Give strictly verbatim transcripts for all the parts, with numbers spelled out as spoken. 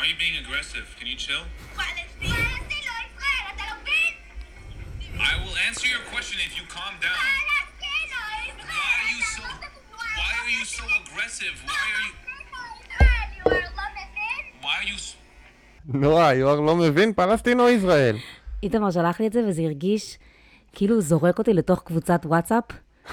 are you being aggressive? Can you chill? פלסטין לא ישראל, אתה לא מבין? I will answer your question if you calm down. פלסטין לא ישראל. Why are you so Why are you so aggressive? Why are you Why are you s- נורא, יואר לא מבין, פלסטין או ישראל? איתמר שלח לי את זה, וזה הרגיש כאילו הוא זורק אותי לתוך קבוצת וואטסאפ.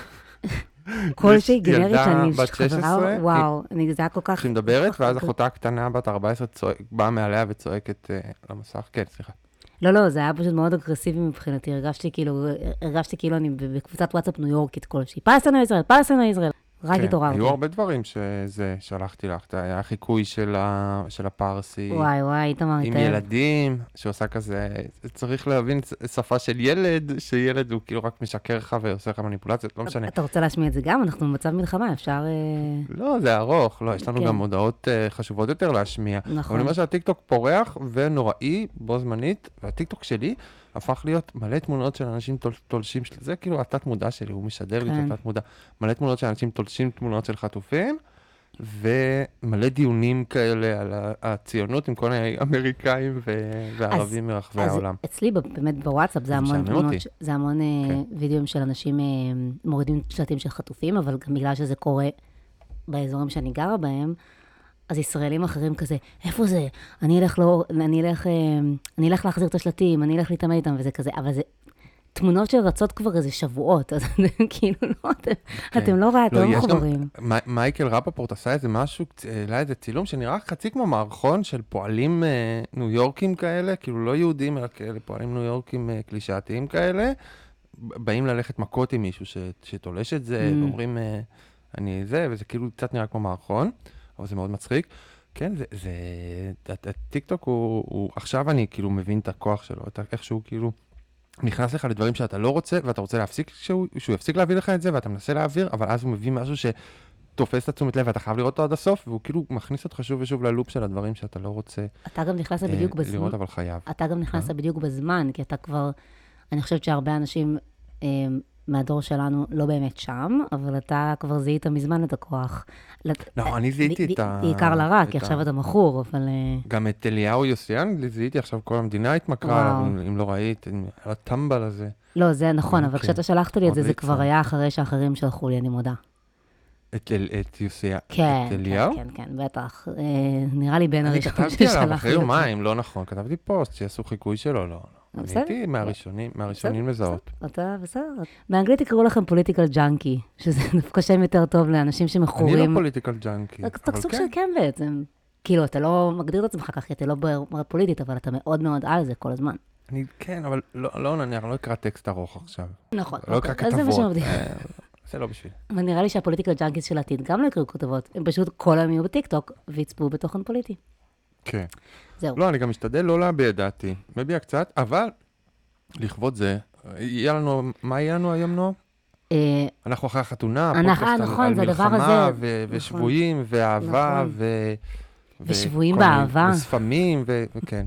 כלשהי גנרית ילדה שאני בת שש עשרה, חברה, וואו, אני- זה היה כל כך... שהיא מדברת, ואז אחותה הקטנה בת ארבע עשרה צועק- באה מעליה וצועקת אה, למסך. כן, סליחה. לא, לא, זה היה פשוט מאוד אגרסיבי מבחינתי, הרגשתי כאילו, הרגשתי כאילו אני בקבוצת וואטסאפ ניו יורקית כלשהי. פלסטין או ישראל, פלסטין או ישראל. רק כן, התעוררתי. היו הרבה דברים שזה, שלחתי לך. זה היה חיקוי של ה- של הפרסי. וואי, וואי, איתמר עם היטב. ילדים, שעושה כזה, צריך להבין שפה של ילד, שילד הוא כאילו רק משקר לך ועושה לך מניפולציות, לא משנה. אתה רוצה להשמיע את זה גם? אנחנו במצב מלחמה, אפשר... אה, לא, זה ארוך, לא, יש לנו כן. גם הודעות אה, חשובות יותר להשמיע. נכון. אבל אני אומר שהטיקטוק פורח ונוראי בו זמנית, והטיקטוק שלי הפך להיות מלא תמונות של אנשים תול- תולשים, של- זה כאילו התת מודע שלי, הוא משדר לי כן. את התת מודע. מלא תמונות של אנשים תולשים תמונות של חטופים, ומלא דיונים כאלה על ה- הציונות עם כל מיני אמריקאים ו- וערבים מרחבי אז העולם. אצלי ב- באמת בוואטסאפ זה זה המון משעמם תמונות, אותי. ש- זה המון אה, כן. וידאוים של אנשים אה, מורידים שלטים של חטופים, אבל גם בגלל שזה קורה באזורים שאני גרה בהם, אז ישראלים אחרים כזה, איפה זה? אני אלך לא, אני אלך, אה, אני אלך להחזיר את השלטים, אני אלך להתעמד איתם, וזה כזה, אבל זה תמונות של רצות כבר איזה שבועות, אז אתם כאילו לא, אתם, אתם לא רואים, אתם לא יש גם- מחוברים. מי- מייקל רפפורט עשה איזה משהו, העלה איזה צילום שנראה חצי כמו מערכון של פועלים אה, ניו יורקים כאלה, כאילו לא יהודים, אלא כאלה פועלים ניו יורקים אה, קלישאתיים כאלה, ב- באים ללכת מכות עם מישהו ש- שתולש את זה, Mm. ואומרים, אה, אני זה, וזה כאילו קצת נראה כמו מערכון, אבל זה מאוד מצחיק. כן, זה, זה, הט- הטיקטוק הוא, הוא, עכשיו אני כאילו מבין את הכוח שלו, את ה- איך שהוא כאילו נכנס לך לדברים שאתה לא רוצה, ואתה רוצה להפסיק, שהוא, שהוא יפסיק להביא לך את זה, ואתה מנסה להעביר, אבל אז הוא מביא משהו שתופס את התשומת לב, ואתה חייב לראות אותו עד הסוף, והוא כאילו מכניס אותך שוב ושוב ללופ של הדברים שאתה לא רוצה אתה גם נכנסת אה, בדיוק בזמן. לראות, אבל חייב. אתה גם נכנסת בדיוק בזמן, כי אתה כבר, אני חושבת שהרבה אנשים אה, מהדור שלנו לא באמת שם, אבל אתה כבר זיהית מזמן את הכוח. לת- לא, אני זיהיתי ב- את ב- ה... בעיקר לרע, את כי ה- עכשיו אתה מכור, אבל... אה, גם את אליהו יוסיאן, זיהיתי עכשיו כל המדינה התמכרה, וואו. עליו, אם- אם לא ראית, עם- על הטמבל הזה. לא, זה נכון, אבל כן. כשאתה שלחת לי את מאוד זה, זה ליצן. כבר היה אחרי שאחרים שלחו לי, אני מודה. את אל- את יוסיאן, כן, את אליהו? כן, כן, כן, בטח. אה, נראה לי בין אני הראשונים כתבתי עליו ששלח אחרי לי. יומיים, לא נכון, כתבתי פוסט שיעשו חיקוי שלו, לא, לא. אני בסדר. הייתי מהראשונים, מהראשונים בסדר, לזהות. בסדר, אתה בסדר. באנגלית יקראו לכם פוליטיקל ג'אנקי, שזה דווקא שם יותר טוב לאנשים אני שמכורים. לא פוליטיקל ג'אנקי, אתה אבל סוג של כן. כן בעצם. כאילו, אתה לא מגדיר את עצמך ככה, כי אתה לא ברמה פוליטית, אבל אתה מאוד מאוד על זה כל הזמן. אני כן, אבל לא, לא נניח, לא אקרא טקסט ארוך עכשיו. נכון. לא אקרא אז זה מה כתבות. שמבדיל. אה, זה לא בשביל. אבל נראה לי שהפוליטיקל ג'אנקיס של העתיד גם לא יקראו כתבות, הם פשוט כל היום יהיו בטיקטוק ויצפו בתוכן פוליטי. כן. זהו. לא, אני גם משתדל לא להביע את דעתי. מביע קצת, אבל לכבוד זה, יהיה לנו, מה יהיה לנו היום, נועה? אה, אנחנו אחרי החתונה, אנחנו- פודקאסט על- נכון, על זה הדבר מלחמה הזה. ו- נכון. ושבויים ואהבה נכון. ו... ושבויים וכל מיני- באהבה. וספמים ו- וכן.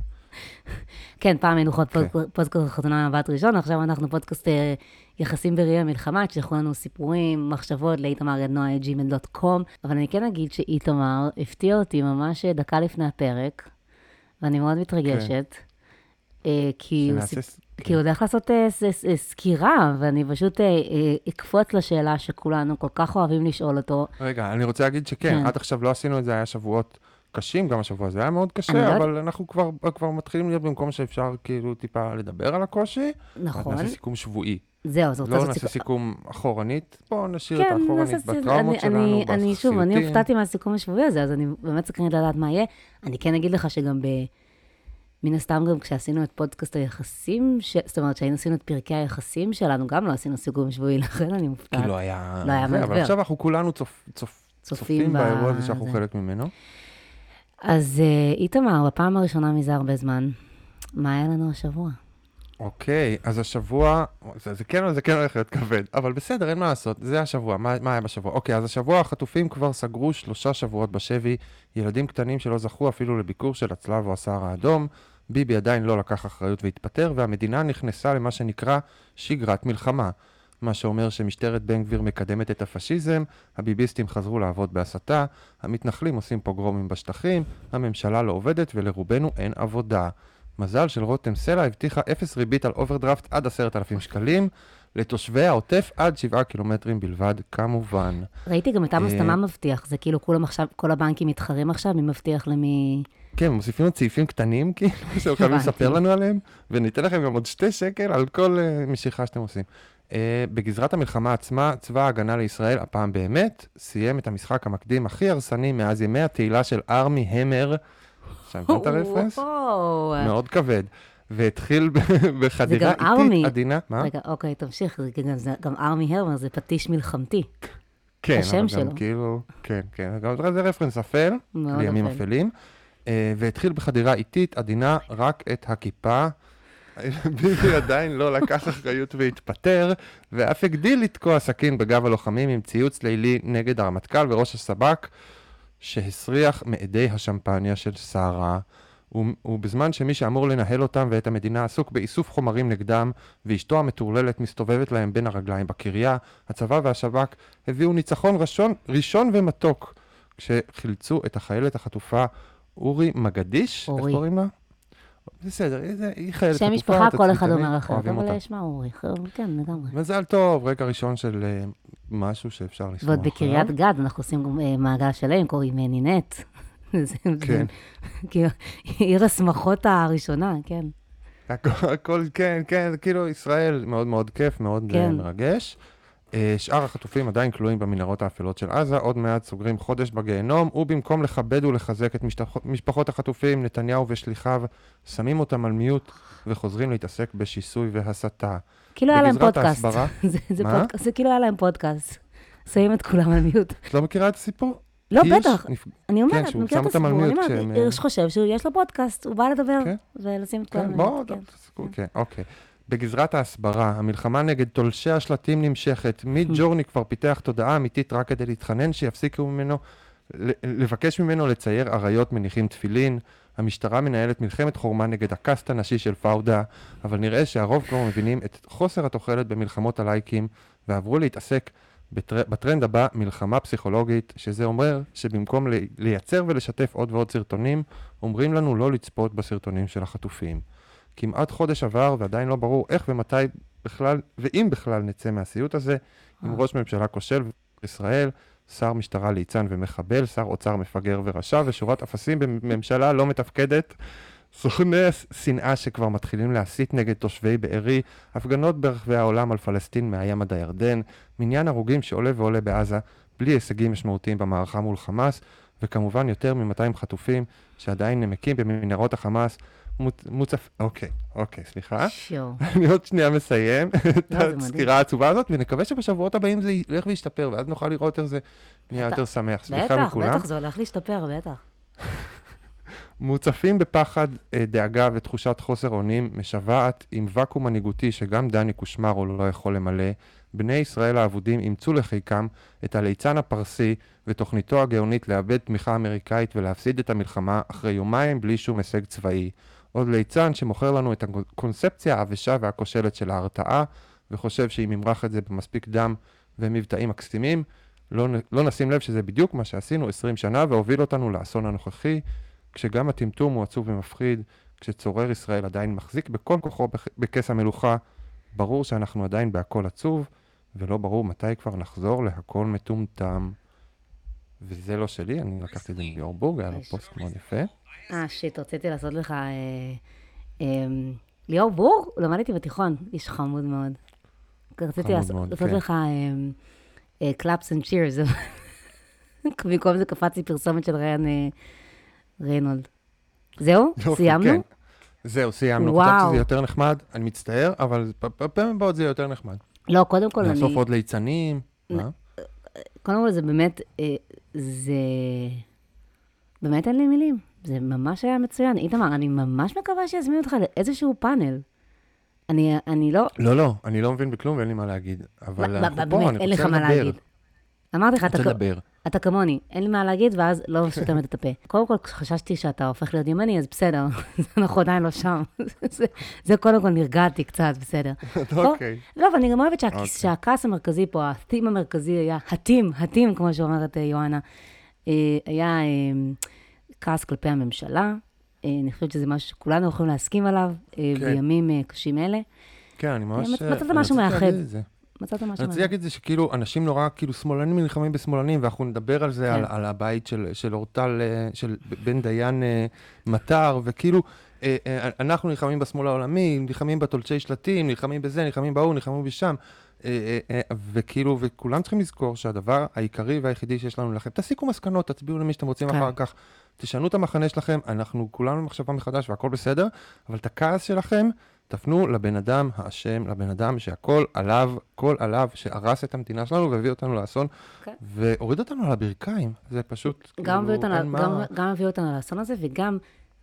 כן, פעם היינו חוד כן. פודקאסט חתונה מבט ראשון, עכשיו אנחנו פודקאסט אה, יחסים בראי המלחמה, תשלחו לנו סיפורים, מחשבות לאיתמר ידנוע את ג'ימייל דוט קום, אבל אני כן אגיד שאיתמר הפתיע אותי ממש דקה לפני הפרק, ואני מאוד מתרגשת, אה, כי הוא שנעשה סיפ- ס- כי הוא הולך לעשות אה, ס- ס- אה, סקירה, ואני פשוט אה, אה, אקפוץ לשאלה שכולנו כל כך אוהבים לשאול אותו. רגע, אני רוצה להגיד שכן, כן. עד עכשיו לא עשינו את זה, היה שבועות קשים, גם השבוע הזה היה מאוד אני קשה, יודעת. אבל אנחנו כבר, כבר מתחילים להיות במקום שאפשר כאילו טיפה לדבר על הקושי. נכון. נעשה סיכום שבועי. זהו, אז רוצה לא לעשות נעשה סיכום. סיכום אחורנית, בואו נשאיר את כן, האחורנית נעשה- בטראומות אני- שלנו, אני- אני, שוב, אני בסיוטים. הופתעתי מהסיכום השבועי הזה, אז אני באמת סקרנית לדעת מה יהיה. אני כן אגיד לך שגם ב... מן הסתם גם כשעשינו את פודקאסט היחסים, ש... זאת אומרת, כשהיינו עשינו את פרקי היחסים שלנו, גם לא עשינו סיכום שבועי, לכן אני מופתעת. כי לא היה... לא היה זה, אבל מדבר. עכשיו אנחנו כולנו צופ- צופ- צופים ב- באירוע הזה שאנחנו זה. חלק ממנו. אז אה, איתמר, בפעם הראשונה מזה הרבה זמן, מה היה לנו השבוע? אוקיי, אז השבוע, זה, זה כן, זה כן הולך להיות כבד, אבל בסדר, אין מה לעשות, זה השבוע, מה, מה היה בשבוע? אוקיי, אז השבוע החטופים כבר סגרו שלושה שבועות בשבי, ילדים קטנים שלא זכו אפילו לביקור של הצלב או הסהר האדום, ביבי עדיין לא לקח אחריות והתפטר, והמדינה נכנסה למה שנקרא שגרת מלחמה. מה שאומר שמשטרת בן גביר מקדמת את הפשיזם, הביביסטים חזרו לעבוד בהסתה, המתנחלים עושים פוגרומים בשטחים, הממשלה לא עובדת ולרובנו אין עבודה. מזל של רותם סלע הבטיחה אפס ריבית על אוברדרפט עד עשרת אלפים שקלים, לתושבי העוטף עד שבעה קילומטרים בלבד, כמובן. ראיתי גם את עמוס תמם מבטיח, זה כאילו כולם עכשיו, כל הבנקים מתחרים עכשיו, מי מבטיח למי... כן, מוסיפים עוד סעיפים קטנים, כאילו, שיכולים לספר לנו עליהם, וניתן לכם גם עוד שתי שקל על כל uh, משיכה שאתם עושים. Uh, בגזרת המלחמה עצמה, צבא ההגנה לישראל, הפעם באמת, סיים את המשחק המקדים הכי הרסני מאז ימי התהילה של ארמי המר, שם את הרפרנס? מאוד כבד. והתחיל בחדירה איטית עדינה. רגע, אוקיי, תמשיך, זה גם ארמי המר, זה פטיש מלחמתי. כן, אבל גם כאילו, כן, כן, זה רפרנס אפל, לימים אפלים. והתחיל בחדירה איטית, עדינה רק את הכיפה. ביבי עדיין לא לקח אחריות והתפטר, ואף הגדיל לתקוע סכין בגב הלוחמים עם ציוץ לילי נגד הרמטכ"ל וראש השב"כ, שהסריח מעדי השמפניה של שרה. ובזמן שמי שאמור לנהל אותם ואת המדינה עסוק באיסוף חומרים נגדם, ואשתו המטורללת מסתובבת להם בין הרגליים בקריה, הצבא והשב"כ הביאו ניצחון ראשון, ראשון ומתוק, כשחילצו את החיילת החטופה אורי מגדיש, איך קוראים לה? בסדר, היא חיילת חטופה. שם משפחה, כל אחד אומר אחר, אבל יש מה אורי, כן, לגמרי. מזל טוב, רגע ראשון של משהו שאפשר לשמוע. ועוד בקריית גד, אנחנו עושים מעגל שלם, קוראים נינט. כן. עיר השמחות הראשונה, כן. הכל, כן, כן, כאילו ישראל מאוד מאוד כיף, מאוד מרגש. שאר החטופים עדיין כלואים במנהרות האפלות של עזה, עוד מעט סוגרים חודש בגיהנום, ובמקום לכבד ולחזק את משפחות החטופים, נתניהו ושליחיו שמים אותם על מיוט וחוזרים להתעסק בשיסוי והסתה. כאילו היה להם פודקאסט. זה כאילו היה להם פודקאסט. שמים את כולם על מיוט. את לא מכירה את הסיפור? לא, בטח. אני אומרת, אני מכירה את הסיפור. אני אומרת, הירש חושב שיש לו פודקאסט, הוא בא לדבר ולשים את כולם. בואו, כן, אוקיי. בגזרת ההסברה, המלחמה נגד תולשי השלטים נמשכת, מיד ג'ורני כבר פיתח תודעה אמיתית רק כדי להתחנן שיפסיקו ממנו, לבקש ממנו לצייר עריות מניחים תפילין, המשטרה מנהלת מלחמת חורמה נגד הקאסט הנשי של פאודה, אבל נראה שהרוב כבר מבינים את חוסר התוחלת במלחמות הלייקים, ועברו להתעסק בטר... בטרנד הבא, מלחמה פסיכולוגית, שזה אומר שבמקום לי... לייצר ולשתף עוד ועוד סרטונים, אומרים לנו לא לצפות בסרטונים של החטופים. כמעט חודש עבר ועדיין לא ברור איך ומתי בכלל, ואם בכלל נצא מהסיוט הזה, עם ראש ממשלה כושל בישראל, שר משטרה ליצן ומחבל, שר אוצר מפגר ורשע, ושורת אפסים בממשלה לא מתפקדת, סוכני שנאה שכבר מתחילים להסית נגד תושבי בארי, הפגנות ברחבי העולם על פלסטין מהים עד הירדן, מניין הרוגים שעולה ועולה בעזה, בלי הישגים משמעותיים במערכה מול חמאס, וכמובן יותר מ-מאתיים חטופים שעדיין נמקים במנהרות החמאס, מוצף... אוקיי, אוקיי, סליחה. אני עוד שנייה מסיים את הסקירה העצובה הזאת, ונקווה שבשבועות הבאים זה ילך וישתפר, ואז נוכל לראות איך זה נהיה יותר שמח. סליחה מכולם. בטח, בטח, זה הולך להשתפר, בטח. מוצפים בפחד, דאגה ותחושת חוסר אונים, משוועת עם וקום מנהיגותי שגם דני קושמרו לא יכול למלא, בני ישראל האבודים אימצו לחיקם את הליצן הפרסי ותוכניתו הגאונית לאבד תמיכה אמריקאית ולהפסיד את המלחמה אחרי יומיים בלי שום הישג צבאי. עוד ליצן שמוכר לנו את הקונספציה העבשה והכושלת של ההרתעה, וחושב שאם ימרח את זה במספיק דם ומבטאים מקסימים, לא, לא נשים לב שזה בדיוק מה שעשינו עשרים שנה והוביל אותנו לאסון הנוכחי, כשגם הטמטום הוא עצוב ומפחיד, כשצורר ישראל עדיין מחזיק בכל כוחו בכס המלוכה, ברור שאנחנו עדיין בהכל עצוב, ולא ברור מתי כבר נחזור להכל מטומטם. וזה לא שלי, אני לקחתי את זה מליאור בורג, היה לו פוסט מאוד יפה. אה, שיט, רציתי לעשות לך... אה, אה, ליאור בורג? הוא למד איתי בתיכון, איש חמוד מאוד. רציתי לעשות, מאוד, לעשות כן. לך קלאפס אנד צ'ירס, במקום זה קפצתי פרסומת של ריין אה, ריינולד. זהו? סיימנו? כן. זהו, סיימנו. חשבתי שזה יותר נחמד, אני מצטער, אבל פעמים הבאות זה יותר נחמד. לא, קודם כל אני... נאסוף עוד ליצנים. מה? קודם כל זה באמת, זה... באמת אין לי מילים. זה ממש היה מצוין. איתמר, אני ממש מקווה שיזמינו אותך לאיזשהו פאנל. אני, אני לא... לא, לא, אני לא מבין בכלום ואין לי מה להגיד. אבל אנחנו פה, אני רוצה לדבר. אין לך מה להגיד. אמרתי לך, אתה... רוצה לדבר. אתה כמוני, אין לי מה להגיד, ואז לא סותמת את הפה. קודם כל, חששתי שאתה הופך להיות ימני, אז בסדר, אנחנו עדיין לא שם. זה, זה קודם כל נרגעתי קצת, בסדר. אוקיי. לא, אבל אני גם אוהבת שהכעס המרכזי פה, התים המרכזי היה, התים, התים, כמו שאומרת יואנה, היה כעס כלפי הממשלה. אני חושבת שזה משהו שכולנו יכולים להסכים עליו, בימים קשים אלה. כן, אני ממש... מצאת משהו מאחד. מצאת משהו אני מאחד. רוצה להגיד את זה שכאילו, אנשים נורא, כאילו, שמאלנים נלחמים בשמאלנים, ואנחנו נדבר על זה, על הבית של אורטל, של בן דיין מטר, וכאילו, אנחנו נלחמים בשמאל העולמי, נלחמים בתולשי שלטים, נלחמים בזה, נלחמים בהוא, נלחמים בשם, וכאילו, וכולם צריכים לזכור שהדבר העיקרי והיחידי שיש לנו לכם, תסיקו מסקנות, תצביעו למי שאתם רוצים אחר כך, תשנו את המחנה שלכם, אנחנו כולנו מחשבה מחדש והכל בסדר, אבל את הכעס שלכם, תפנו לבן אדם האשם, לבן אדם שהכל עליו, כל עליו, שהרס את המדינה שלנו והביא אותנו לאסון, והוריד אותנו על הברכיים. זה פשוט, גם הביא אותנו לאסון הזה, וגם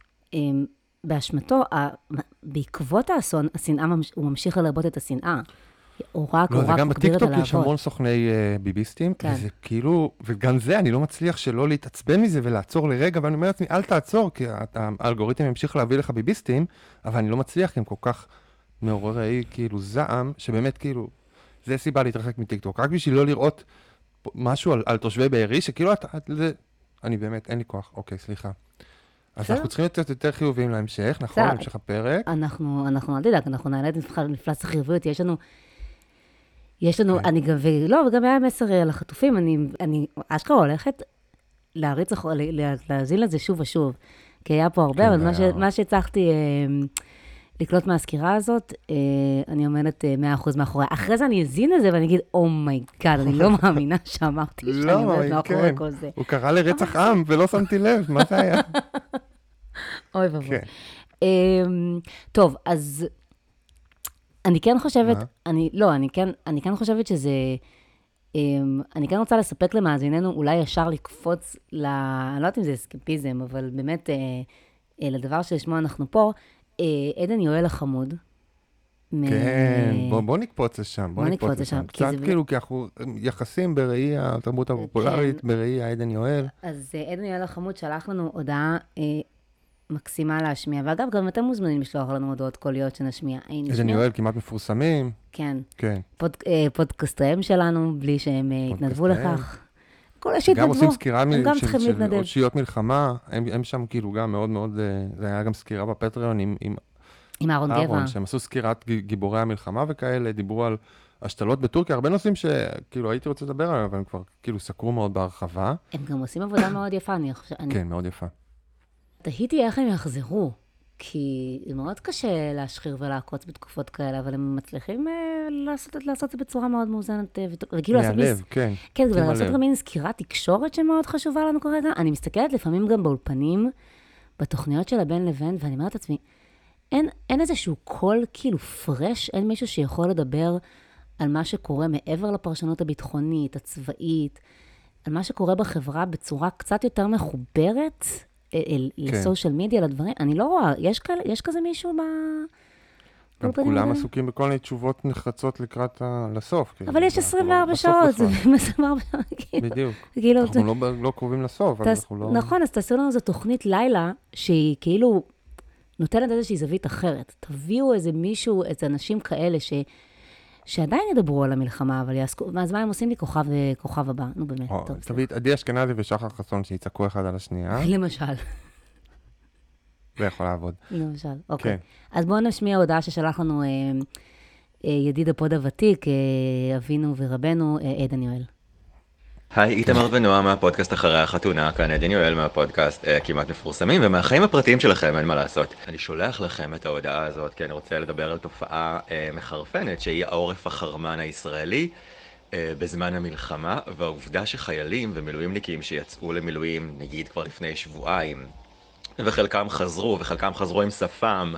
באשמתו, בעקבות האסון, השנאה, הוא ממשיך לרבות את השנאה. הוא רק, הוא רק וגם מגביר את בטיקטוק הלהבות. יש המון סוכני ביביסטים, וזה כאילו, וגם זה, אני לא מצליח שלא להתעצבן מזה ולעצור לרגע, ואני אומר לעצמי, אל תעצור, כי האלגוריתם ימשיך להביא לך ביביסטים, אבל אני לא מצליח, כי הם כל כך מעוררי כאילו זעם, שבאמת כאילו, זה סיבה להתרחק מטיקטוק, רק בשביל לא לראות משהו על, על תושבי בארי, שכאילו, את, את, זה, אני באמת, אין לי כוח, אוקיי, סליחה. אז אנחנו צריכים להיות יותר חיוביים להמשך, נכון? להמשך הפרק. אנחנו, אנחנו אל תדאג, אנחנו נעלה את מפלס החיוביות, יש לנו יש לנו, אני גם, לא, וגם היה מסר על החטופים, אני, אני אשכרה הולכת להריץ, להזין לזה שוב ושוב, כי היה פה הרבה, אבל מה שהצלחתי לקלוט מהסקירה הזאת, אני עומדת מאה אחוז מאחורי. אחרי זה אני אזין לזה ואני אגיד, אומייגאד, אני לא מאמינה שאמרתי שאני עומדת מאחורי כל זה. הוא קרא לרצח עם ולא שמתי לב, מה זה היה? אוי ובוא. טוב, אז... אני כן חושבת, אני, לא, אני כן, אני כן חושבת שזה, אני כן רוצה לספק למאזיננו, אולי ישר לקפוץ ל, אני לא יודעת אם זה אסקפיזם, אבל באמת, לדבר שלשמו אנחנו פה, עדן יואל החמוד. כן, בוא נקפוץ לשם, בוא נקפוץ לשם. קצת כאילו, כי אנחנו יחסים בראי התרבות הפופולרית, בראי עדן יואל. אז עדן יואל החמוד שלח לנו הודעה, מקסימה להשמיע, ואגב, גם אתם מוזמנים לשלוח לנו הודעות קוליות שנשמיע. עדן יואל כמעט מפורסמים. כן. כן. פודקאסטריהם שלנו, בלי שהם התנדבו לכך. כל גם עושים סקירה של אושיות מלחמה, הם שם כאילו גם מאוד מאוד, זה היה גם סקירה בפטריון עם אהרון גבע. שהם עשו סקירת גיבורי המלחמה וכאלה, דיברו על השתלות בטורקיה, הרבה נושאים שכאילו הייתי רוצה לדבר עליהם, אבל הם כבר כאילו סקרו מאוד בהרחבה. הם גם עושים עבודה מאוד יפה, אני חושבת. כן, מאוד יפה. תהיתי איך הם יחזרו, כי זה מאוד קשה להשחיר ולעקוץ בתקופות כאלה, אבל הם מצליחים לעשות, לעשות את זה בצורה מאוד מאוזנת, וכאילו לעשות מהלב, כן. כן, ולעשות גם מין סקירת תקשורת שמאוד חשובה לנו כרגע. אני מסתכלת לפעמים גם באולפנים, בתוכניות של הבין לבין, ואני אומרת לעצמי, אין, אין איזשהו קול כאילו פרש, אין מישהו שיכול לדבר על מה שקורה מעבר לפרשנות הביטחונית, הצבאית, על מה שקורה בחברה בצורה קצת יותר מחוברת, לסושיאל מדיה, לדברים. אני לא רואה, יש כזה מישהו ב... גם כולם עסוקים בכל מיני תשובות נחרצות לקראת לסוף. אבל יש עשרים וארבע שעות, זה עשרים וארבע שעות. בדיוק. אנחנו לא קרובים לסוף, אבל אנחנו לא... נכון, אז תעשו לנו איזו תוכנית לילה, שהיא כאילו נותנת איזושהי זווית אחרת. תביאו איזה מישהו, איזה אנשים כאלה ש... שעדיין ידברו על המלחמה, אבל יעסקו, אז מה הם עושים לי כוכב, כוכב הבא? נו באמת, טוב. תביא את עדי אשכנזי ושחר חסון שיצעקו אחד על השנייה. למשל. זה יכול לעבוד. למשל, אוקיי. אז בואו נשמיע הודעה ששלח לנו ידיד הפוד הוותיק, אבינו ורבנו, עדן יואל. היי, איתמר ונועה מהפודקאסט אחרי החתונה, כאן עדן יואל מהפודקאסט אה, כמעט מפורסמים, ומהחיים הפרטיים שלכם אין מה לעשות. אני שולח לכם את ההודעה הזאת, כי אני רוצה לדבר על תופעה אה, מחרפנת, שהיא העורף החרמן הישראלי אה, בזמן המלחמה, והעובדה שחיילים ומילואימניקים שיצאו למילואים, נגיד כבר לפני שבועיים, וחלקם חזרו, וחלקם חזרו עם שפם,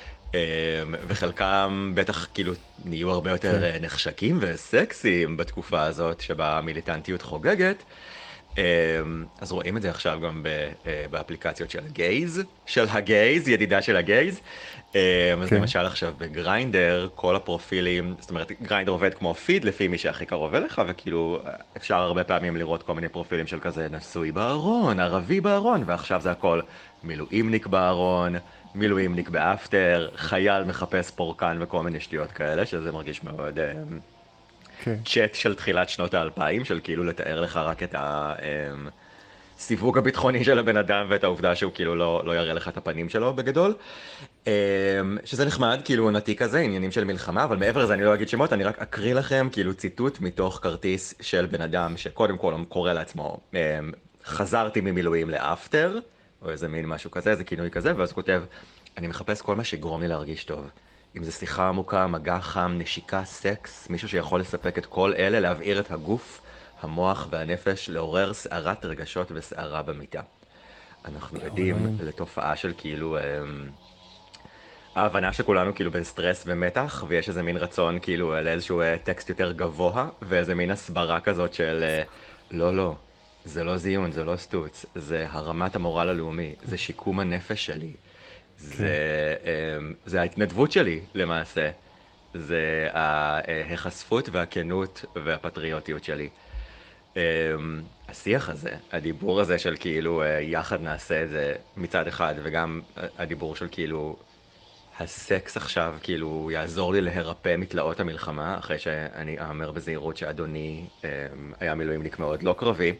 וחלקם בטח כאילו נהיו הרבה יותר נחשקים וסקסיים בתקופה הזאת שבה המיליטנטיות חוגגת, אז רואים את זה עכשיו גם באפליקציות של הגייז, של הגייז, ידידה של הגייז. אז למשל עכשיו בגריינדר, כל הפרופילים, זאת אומרת, גריינדר עובד כמו פיד לפי מי שהכי קרוב אליך, וכאילו אפשר הרבה פעמים לראות כל מיני פרופילים של כזה נשוי בארון, ערבי בארון, ועכשיו זה הכל מילואימניק בארון, מילואימניק באפטר, חייל מחפש פורקן וכל מיני שטויות כאלה, שזה מרגיש מאוד צ'אט של תחילת שנות האלפיים, של כאילו לתאר לך רק את הסיווג הביטחוני של הבן אדם ואת העובדה שהוא כאילו לא, לא יראה לך את הפנים שלו בגדול. שזה נחמד, כאילו עונתי כזה, עניינים של מלחמה, אבל מעבר לזה אני לא אגיד שמות, אני רק אקריא לכם כאילו ציטוט מתוך כרטיס של בן אדם שקודם כל קורא לעצמו, חזרתי ממילואים לאפטר, או איזה מין משהו כזה, זה כינוי כזה, ואז הוא כותב, אני מחפש כל מה שיגרום לי להרגיש טוב. אם זה שיחה עמוקה, מגע חם, נשיקה, סקס, מישהו שיכול לספק את כל אלה, להבעיר את הגוף, המוח והנפש, לעורר סערת רגשות וסערה במיטה. אנחנו עדים לתופעה של כאילו, ההבנה שכולנו כאילו בסטרס ומתח, ויש איזה מין רצון כאילו לאיזשהו טקסט יותר גבוה, ואיזה מין הסברה כזאת של לא, לא, זה לא זיון, זה לא סטוץ, זה הרמת המורל הלאומי, זה שיקום הנפש שלי. זה, זה ההתנדבות שלי למעשה, זה ההיחשפות והכנות והפטריוטיות שלי. השיח הזה, הדיבור הזה של כאילו יחד נעשה את זה מצד אחד, וגם הדיבור של כאילו הסקס עכשיו כאילו יעזור לי להירפא מתלאות המלחמה, אחרי שאני אאמר בזהירות שאדוני היה מילואימניק מאוד לא קרבי.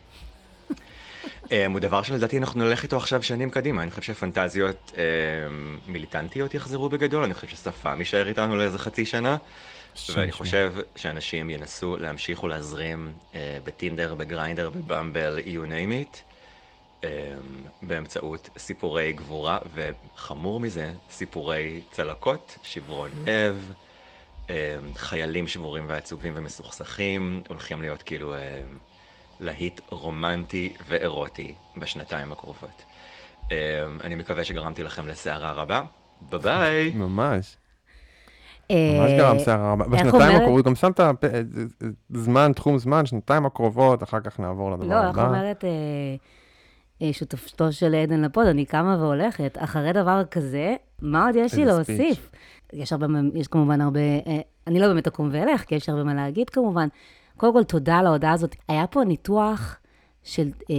הוא דבר שלדעתי אנחנו נלך איתו עכשיו שנים קדימה. אני חושב שפנטזיות מיליטנטיות יחזרו בגדול, אני חושב ששפה משאר איתנו לאיזה חצי שנה, ואני חושב שאנשים ינסו להמשיך ולהזרים בטינדר, בגריינדר, בבמבל, you name it, באמצעות סיפורי גבורה, וחמור מזה, סיפורי צלקות, שברון לב, חיילים שבורים ועצובים ומסוכסכים, הולכים להיות כאילו להיט רומנטי ואירוטי בשנתיים הקרובות. אני מקווה שגרמתי לכם לסערה רבה. ביי ביי. ממש. ממש גרם סערה רבה. בשנתיים הקרובות, גם שמת זמן, תחום זמן, שנתיים הקרובות, אחר כך נעבור לדבר הבא. לא, איך אומרת שותפתו של עדן לפוד, אני קמה והולכת. אחרי דבר כזה, מה עוד יש לי להוסיף? יש הרבה, יש כמובן הרבה, אני לא באמת אקום ואלך, כי יש הרבה מה להגיד כמובן. קודם כל, תודה על ההודעה הזאת. היה פה ניתוח של אה,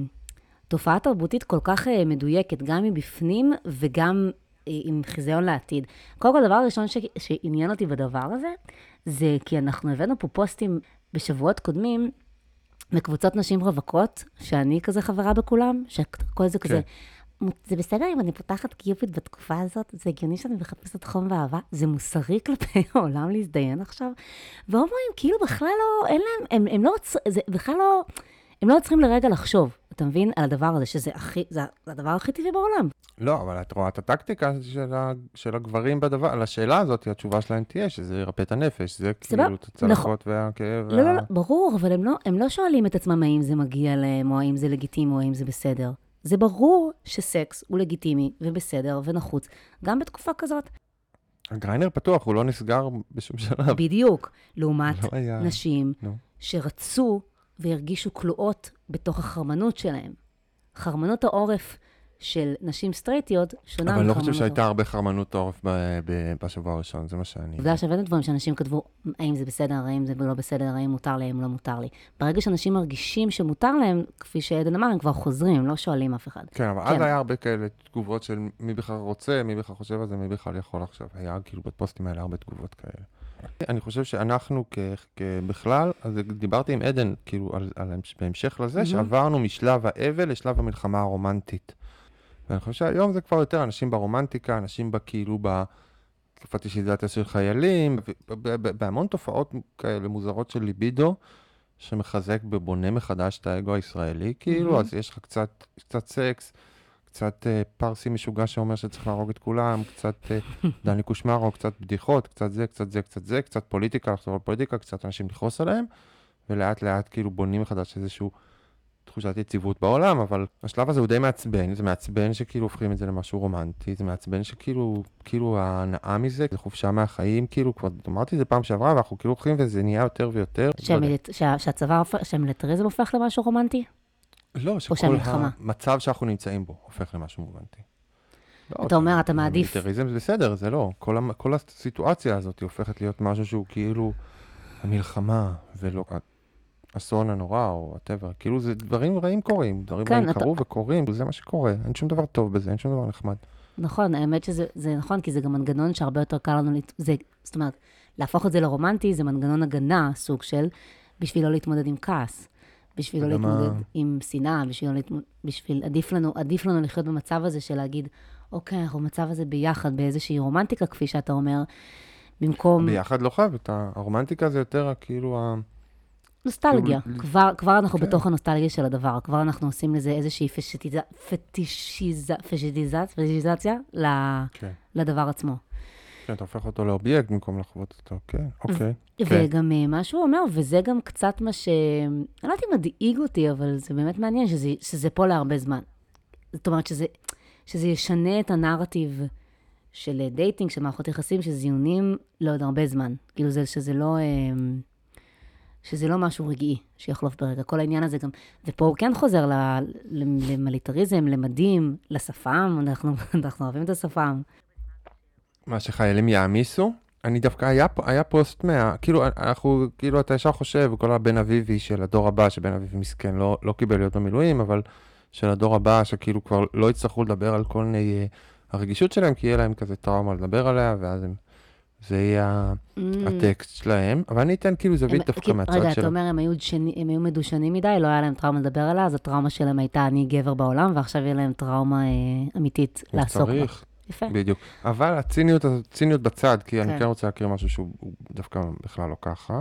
תופעה תרבותית כל כך אה, מדויקת, גם מבפנים וגם אה, עם חיזיון לעתיד. קודם כל, הדבר הראשון ש... שעניין אותי בדבר הזה, זה כי אנחנו הבאנו פה פוסטים בשבועות קודמים, מקבוצות נשים רווקות, שאני כזה חברה בכולם, שכל זה כזה, זה בסדר אם אני פותחת קיופיד בתקופה הזאת, זה הגיוני שאני מחפשת חום ואהבה, זה מוסרי כלפי העולם להזדיין עכשיו, והומואים כאילו בכלל לא, אין להם, הם, הם לא, זה בכלל לא, הם לא צריכים לרגע לחשוב, אתה מבין, על הדבר הזה, שזה הכי, זה הדבר הכי טבעי בעולם. לא, אבל את רואה את הטקטיקה של, ה, של הגברים בדבר, על השאלה הזאת, התשובה שלהם תהיה, שזה ירפא את הנפש, זה כאילו את הצלחות והכאב. לא, לא, לא, ברור, אבל הם לא, הם לא שואלים את עצמם האם זה מגיע להם, או האם זה לגיטימי, או האם זה בסדר. זה ברור שסקס הוא לגיטימי ובסדר ונחוץ, גם בתקופה כזאת. הגריינר פתוח, הוא לא נסגר בשום שלב. בדיוק, לעומת לא היה... נשים no. שרצו והרגישו כלואות בתוך החרמנות שלהם. חרמנות העורף של נשים סטרייטיות שונה מחרמנות. אבל לא חושב שהייתה הרבה חרמנות העורף ב- ב- בשבוע הראשון, זה מה שאני... בגלל שהבאנו דברים שאנשים כתבו, האם זה בסדר, האם זה לא בסדר, האם מותר לי, האם לא מותר לי. ברגע שאנשים מרגישים שמותר להם, כפי שעדן אמר, הם כבר חוזרים, הם לא שואלים אף אחד. כן, אבל כן. אז היה הרבה כאלה תגובות של מי בכלל רוצה, מי בכלל חושב על זה, מי בכלל יכול עכשיו. היה כאילו בפוסטים האלה הרבה תגובות כאלה. אני חושב שאנחנו כבכלל, אז דיברתי עם עדן, כאילו, על, על, בהמשך לזה, שעברנו משלב האבל לשלב המלחמה הרומנטית. ואני חושב שהיום זה כבר יותר אנשים ברומנטיקה, אנשים בכאילו בפטישיזציה של חיילים, בהמון תופעות כאלה מוזרות של ליבידו, שמחזק בבונה מחדש את האגו הישראלי, כאילו, אז יש לך קצת, קצת סקס, קצת uh, פרסי משוגע שאומר שצריך להרוג את כולם, קצת uh, דני קושמרו, קצת בדיחות, קצת זה, קצת זה, קצת זה, קצת פוליטיקה, לחזור על פוליטיקה, קצת אנשים לכעוס עליהם, ולאט לאט כאילו בונים מחדש איזשהו תחושת יציבות בעולם, אבל השלב הזה הוא די מעצבן, זה מעצבן שכאילו הופכים את זה למשהו רומנטי, זה מעצבן שכאילו, כאילו ההנאה מזה, זה חופשה מהחיים, כאילו, כבר אמרתי את זה פעם שעברה, ואנחנו כאילו הולכים וזה נהיה יותר ויותר. שהצבא, שהמיליטריזם הופך למשהו רומנטי? לא, שכל שהמלחמה. המצב שאנחנו נמצאים בו הופך למשהו מובנתי. לא, אתה אומר, אתה מעדיף. המיליטריזם זה בסדר, זה לא. כל, המ- כל הסיטואציה הזאת היא הופכת להיות משהו שהוא כאילו המלחמה, ולא האסון הנורא או הטבע. כאילו זה דברים רעים קורים, דברים כן, רעים אתה- קרו וקורים, זה מה שקורה. אין שום דבר טוב בזה, אין שום דבר נחמד. נכון, האמת שזה זה נכון, כי זה גם מנגנון שהרבה יותר קל לנו, להת- זה, זאת אומרת, להפוך את זה לרומנטי, זה מנגנון הגנה, סוג של, בשביל לא להתמודד עם כעס, בשביל לא וגם ה- להתמודד עם שנאה, בשביל לא להתמודד, בשביל, עדיף לנו, עדיף לנו לחיות במצב הזה של להגיד, אוקיי, אנחנו במצב הזה ביחד, באיזושהי רומנטיקה, כפי שאתה אומר, במקום ביחד לא חייב, את ה- הרומנטיקה זה יותר כאילו ה... נוסטלגיה. כאילו, כבר, כבר אנחנו כן. בתוך הנוסטלגיה של הדבר, כבר אנחנו עושים לזה איזושהי פשטיז... פטישיז... פשטיזציה, פשטיזציה ל... כן. לדבר עצמו. כן, אתה הופך אותו לאובייקט במקום לחוות אותו, כן, אוקיי. כן. וגם אה, מה שהוא אומר, וזה גם קצת מה ש... אני לא יודעת אם מדאיג אותי, אבל זה באמת מעניין שזה, שזה פה להרבה זמן. זאת אומרת שזה, שזה ישנה את הנרטיב של דייטינג, של מערכות יחסים, של זיונים לעוד הרבה זמן. כאילו זה, שזה לא... אה, שזה לא משהו רגעי שיחלוף ברגע. כל העניין הזה גם, ופה הוא כן חוזר ל- ל- למיליטריזם, למדים, לשפם, אנחנו, אנחנו אוהבים את השפם. מה שחיילים יעמיסו, אני דווקא, היה, פה- היה פוסט מה, כאילו, אנחנו, כאילו, אתה ישר חושב, כל הבן אביבי של הדור הבא, שבן אביבי מסכן, לא, לא קיבל להיות במילואים, אבל של הדור הבא, שכאילו כבר לא יצטרכו לדבר על כל מיני, uh, הרגישות שלהם, כי יהיה להם כזה טראומה לדבר עליה, ואז הם, זה יהיה הטקסט שלהם, אבל אני אתן כאילו זווית הם- דווקא כאילו, מהצד רגע, של... אתה אומר, הם היו, דשני, הם היו מדושנים מדי, לא היה להם טראומה לדבר עליה, אז הטראומה שלהם הייתה אני גבר בעולם, ועכשיו יהיה להם טראומה אה, אמיתית הוא לעסוק בה. צריך, יפה. בדיוק. אבל הציניות, הציניות בצד, כי כן. אני כן רוצה להכיר משהו שהוא הוא דווקא בכלל לא ככה.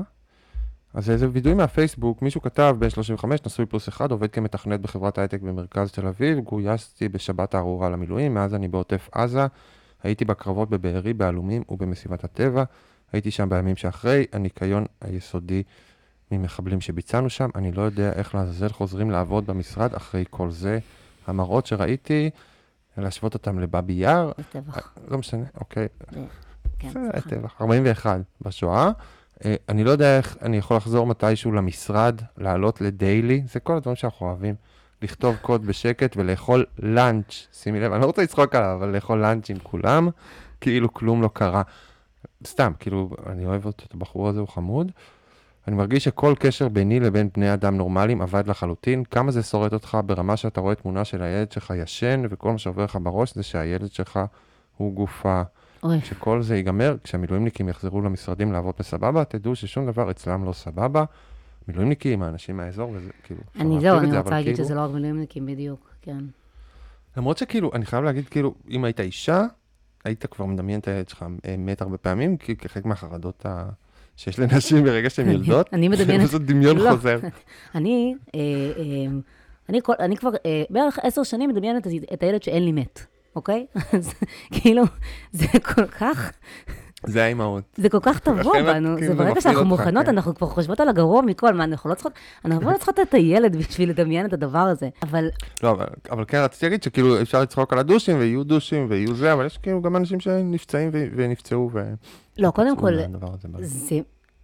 אז זה איזה וידוי מהפייסבוק, מישהו כתב, בן שלושים וחמש, נשוי פלוס אחד, עובד כמתכנת בחברת הייטק במרכז תל אביב, גויסתי בשבת הארורה למילואים, מאז אני בעוטף עזה, הייתי בקרבות בבארי, בעלומים ובמסיבת הטבע, הייתי שם בימים שאחרי, הניקיון היסודי ממחבלים שביצענו שם, אני לא יודע איך לעזאזל חוזרים לעבוד במשרד אחרי כל זה, המראות שראיתי, להשוות אותם לבבי יער, זה טבח. לא משנה, אוקיי, זה- כן, זה היה סליחה. טבח, ארבעים ואחת בשואה. אה, אני לא יודע איך אני יכול לחזור מתישהו למשרד, לעלות לדיילי, זה כל הדברים שאנחנו אוהבים. לכתוב קוד בשקט ולאכול לאנץ', שימי לב, אני לא רוצה לצחוק עליו, אבל לאכול לאנץ' עם כולם, כאילו כלום לא קרה. סתם, כאילו, אני אוהב אותו, את הבחור הזה, הוא חמוד. אני מרגיש שכל קשר ביני לבין בני אדם נורמליים עבד לחלוטין. כמה זה שורט אותך ברמה שאתה רואה תמונה של הילד שלך ישן, וכל מה שעובר לך בראש זה שהילד שלך הוא גופה. אוי, כשכל זה ייגמר, כשהמילואימניקים יחזרו למשרדים לעבוד בסבבה, תדעו ששום דבר אצלם לא סבבה. מילואימניקים, האנשים מהאזור, וזה כאילו... אפשר אני להרחיב זהו, את אני זה, רוצה אבל להגיד כאילו- שזה לא רק מילואימניקים, בדיוק, כן. למרות שכאילו, אני חייב להגיד, כאילו, אם היית אישה, היית כבר מדמיין את הילד שלך אה, מת הרבה פעמים, כי כחלק מהחרדות ה... שיש לנשים ברגע שהן יולדות, אני מדמיינת- זה פשוט דמיון לא. חוזר. אני, אה, אה, אני, כל, אני כבר אה, בערך עשר שנים מדמיינת את, את הילד שאין לי מת, אוקיי? אז כאילו, זה כל כך, זה האימהות. זה כל כך טבוע לכן את בנו, כאילו זה ברגע מפחיד שאנחנו אותך, מוכנות, כן. אנחנו כבר חושבות על הגרוע מכל, מה, אנחנו לא צריכות, אנחנו לא צריכות את הילד בשביל לדמיין את הדבר הזה, אבל לא, אבל, אבל כן רציתי להגיד שכאילו אפשר לצחוק על הדושים, ויהיו דושים, ויהיו זה, אבל יש כאילו גם אנשים שנפצעים ו- ונפצעו, ו... לא, קודם כל, מהדבר הזה. זה,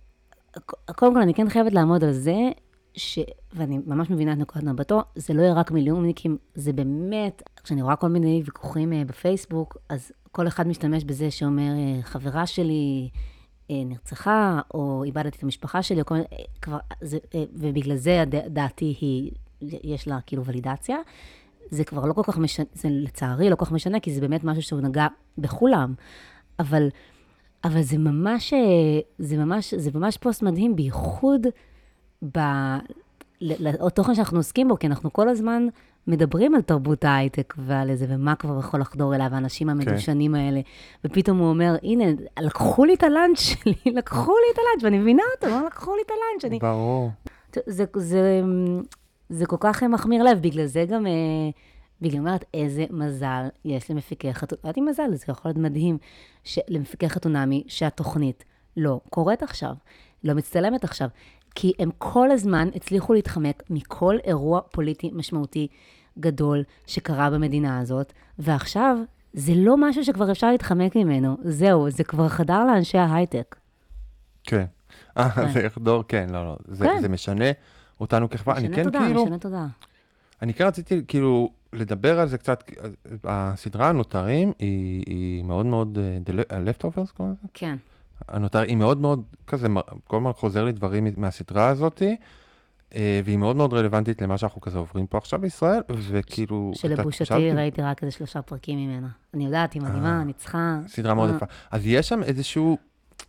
קודם כל, אני כן חייבת לעמוד על זה, ש... ואני ממש מבינה את נקודת מבטו, זה לא יהיה רק מילואימניקים, זה באמת, כשאני רואה כל מיני ויכוחים אה, בפייסבוק, אז כל אחד משתמש בזה שאומר, אה, חברה שלי אה, נרצחה, או איבדתי את המשפחה שלי, או כל מיני, אה, כבר, זה, אה, ובגלל זה הד... דעתי היא, יש לה כאילו ולידציה. זה כבר לא כל כך משנה, זה לצערי לא כל כך משנה, כי זה באמת משהו שהוא נגע בכולם, אבל... אבל זה ממש, זה ממש, זה ממש פוסט מדהים, בייחוד בתוכן שאנחנו עוסקים בו, כי אנחנו כל הזמן מדברים על תרבות ההייטק ועל איזה, ומה כבר יכול לחדור אליו, האנשים המדושנים האלה, ופתאום הוא אומר, הנה, לקחו לי את הלאנץ' שלי, לקחו לי את הלאנץ', ואני מבינה אותו, לא לקחו לי את הלאנץ', אני... ברור. זה, זה, זה כל כך מחמיר לב, בגלל זה גם... בגלל אומרת, איזה מזל יש למפיקי חתונמי, לא יודעת אם מזל, זה יכול להיות מדהים, למפיקי חתונמי שהתוכנית לא קורית עכשיו, לא מצטלמת עכשיו, כי הם כל הזמן הצליחו להתחמק מכל אירוע פוליטי משמעותי גדול שקרה במדינה הזאת, ועכשיו זה לא משהו שכבר אפשר להתחמק ממנו, זהו, זה כבר חדר לאנשי ההייטק. כן. אה, זה יחדור, כן, לא, לא. זה, כן. זה משנה אותנו כחברה. אני משנה כן תודה, כאילו... משנה תודה. אני כן רציתי כאילו לדבר על זה קצת, הסדרה הנותרים היא, היא מאוד מאוד, uh, the leftovers קוראים לזה? כן. הנותר, היא מאוד מאוד כזה, כל הזמן חוזר לי דברים מהסדרה הזאת, והיא מאוד מאוד רלוונטית למה שאנחנו כזה עוברים פה עכשיו בישראל, וכאילו... שלבושתי ראיתי רק איזה שלושה פרקים ממנה. אני יודעת, היא מדהימה, אני צריכה... סדרה מאוד יפה. אז יש שם איזשהו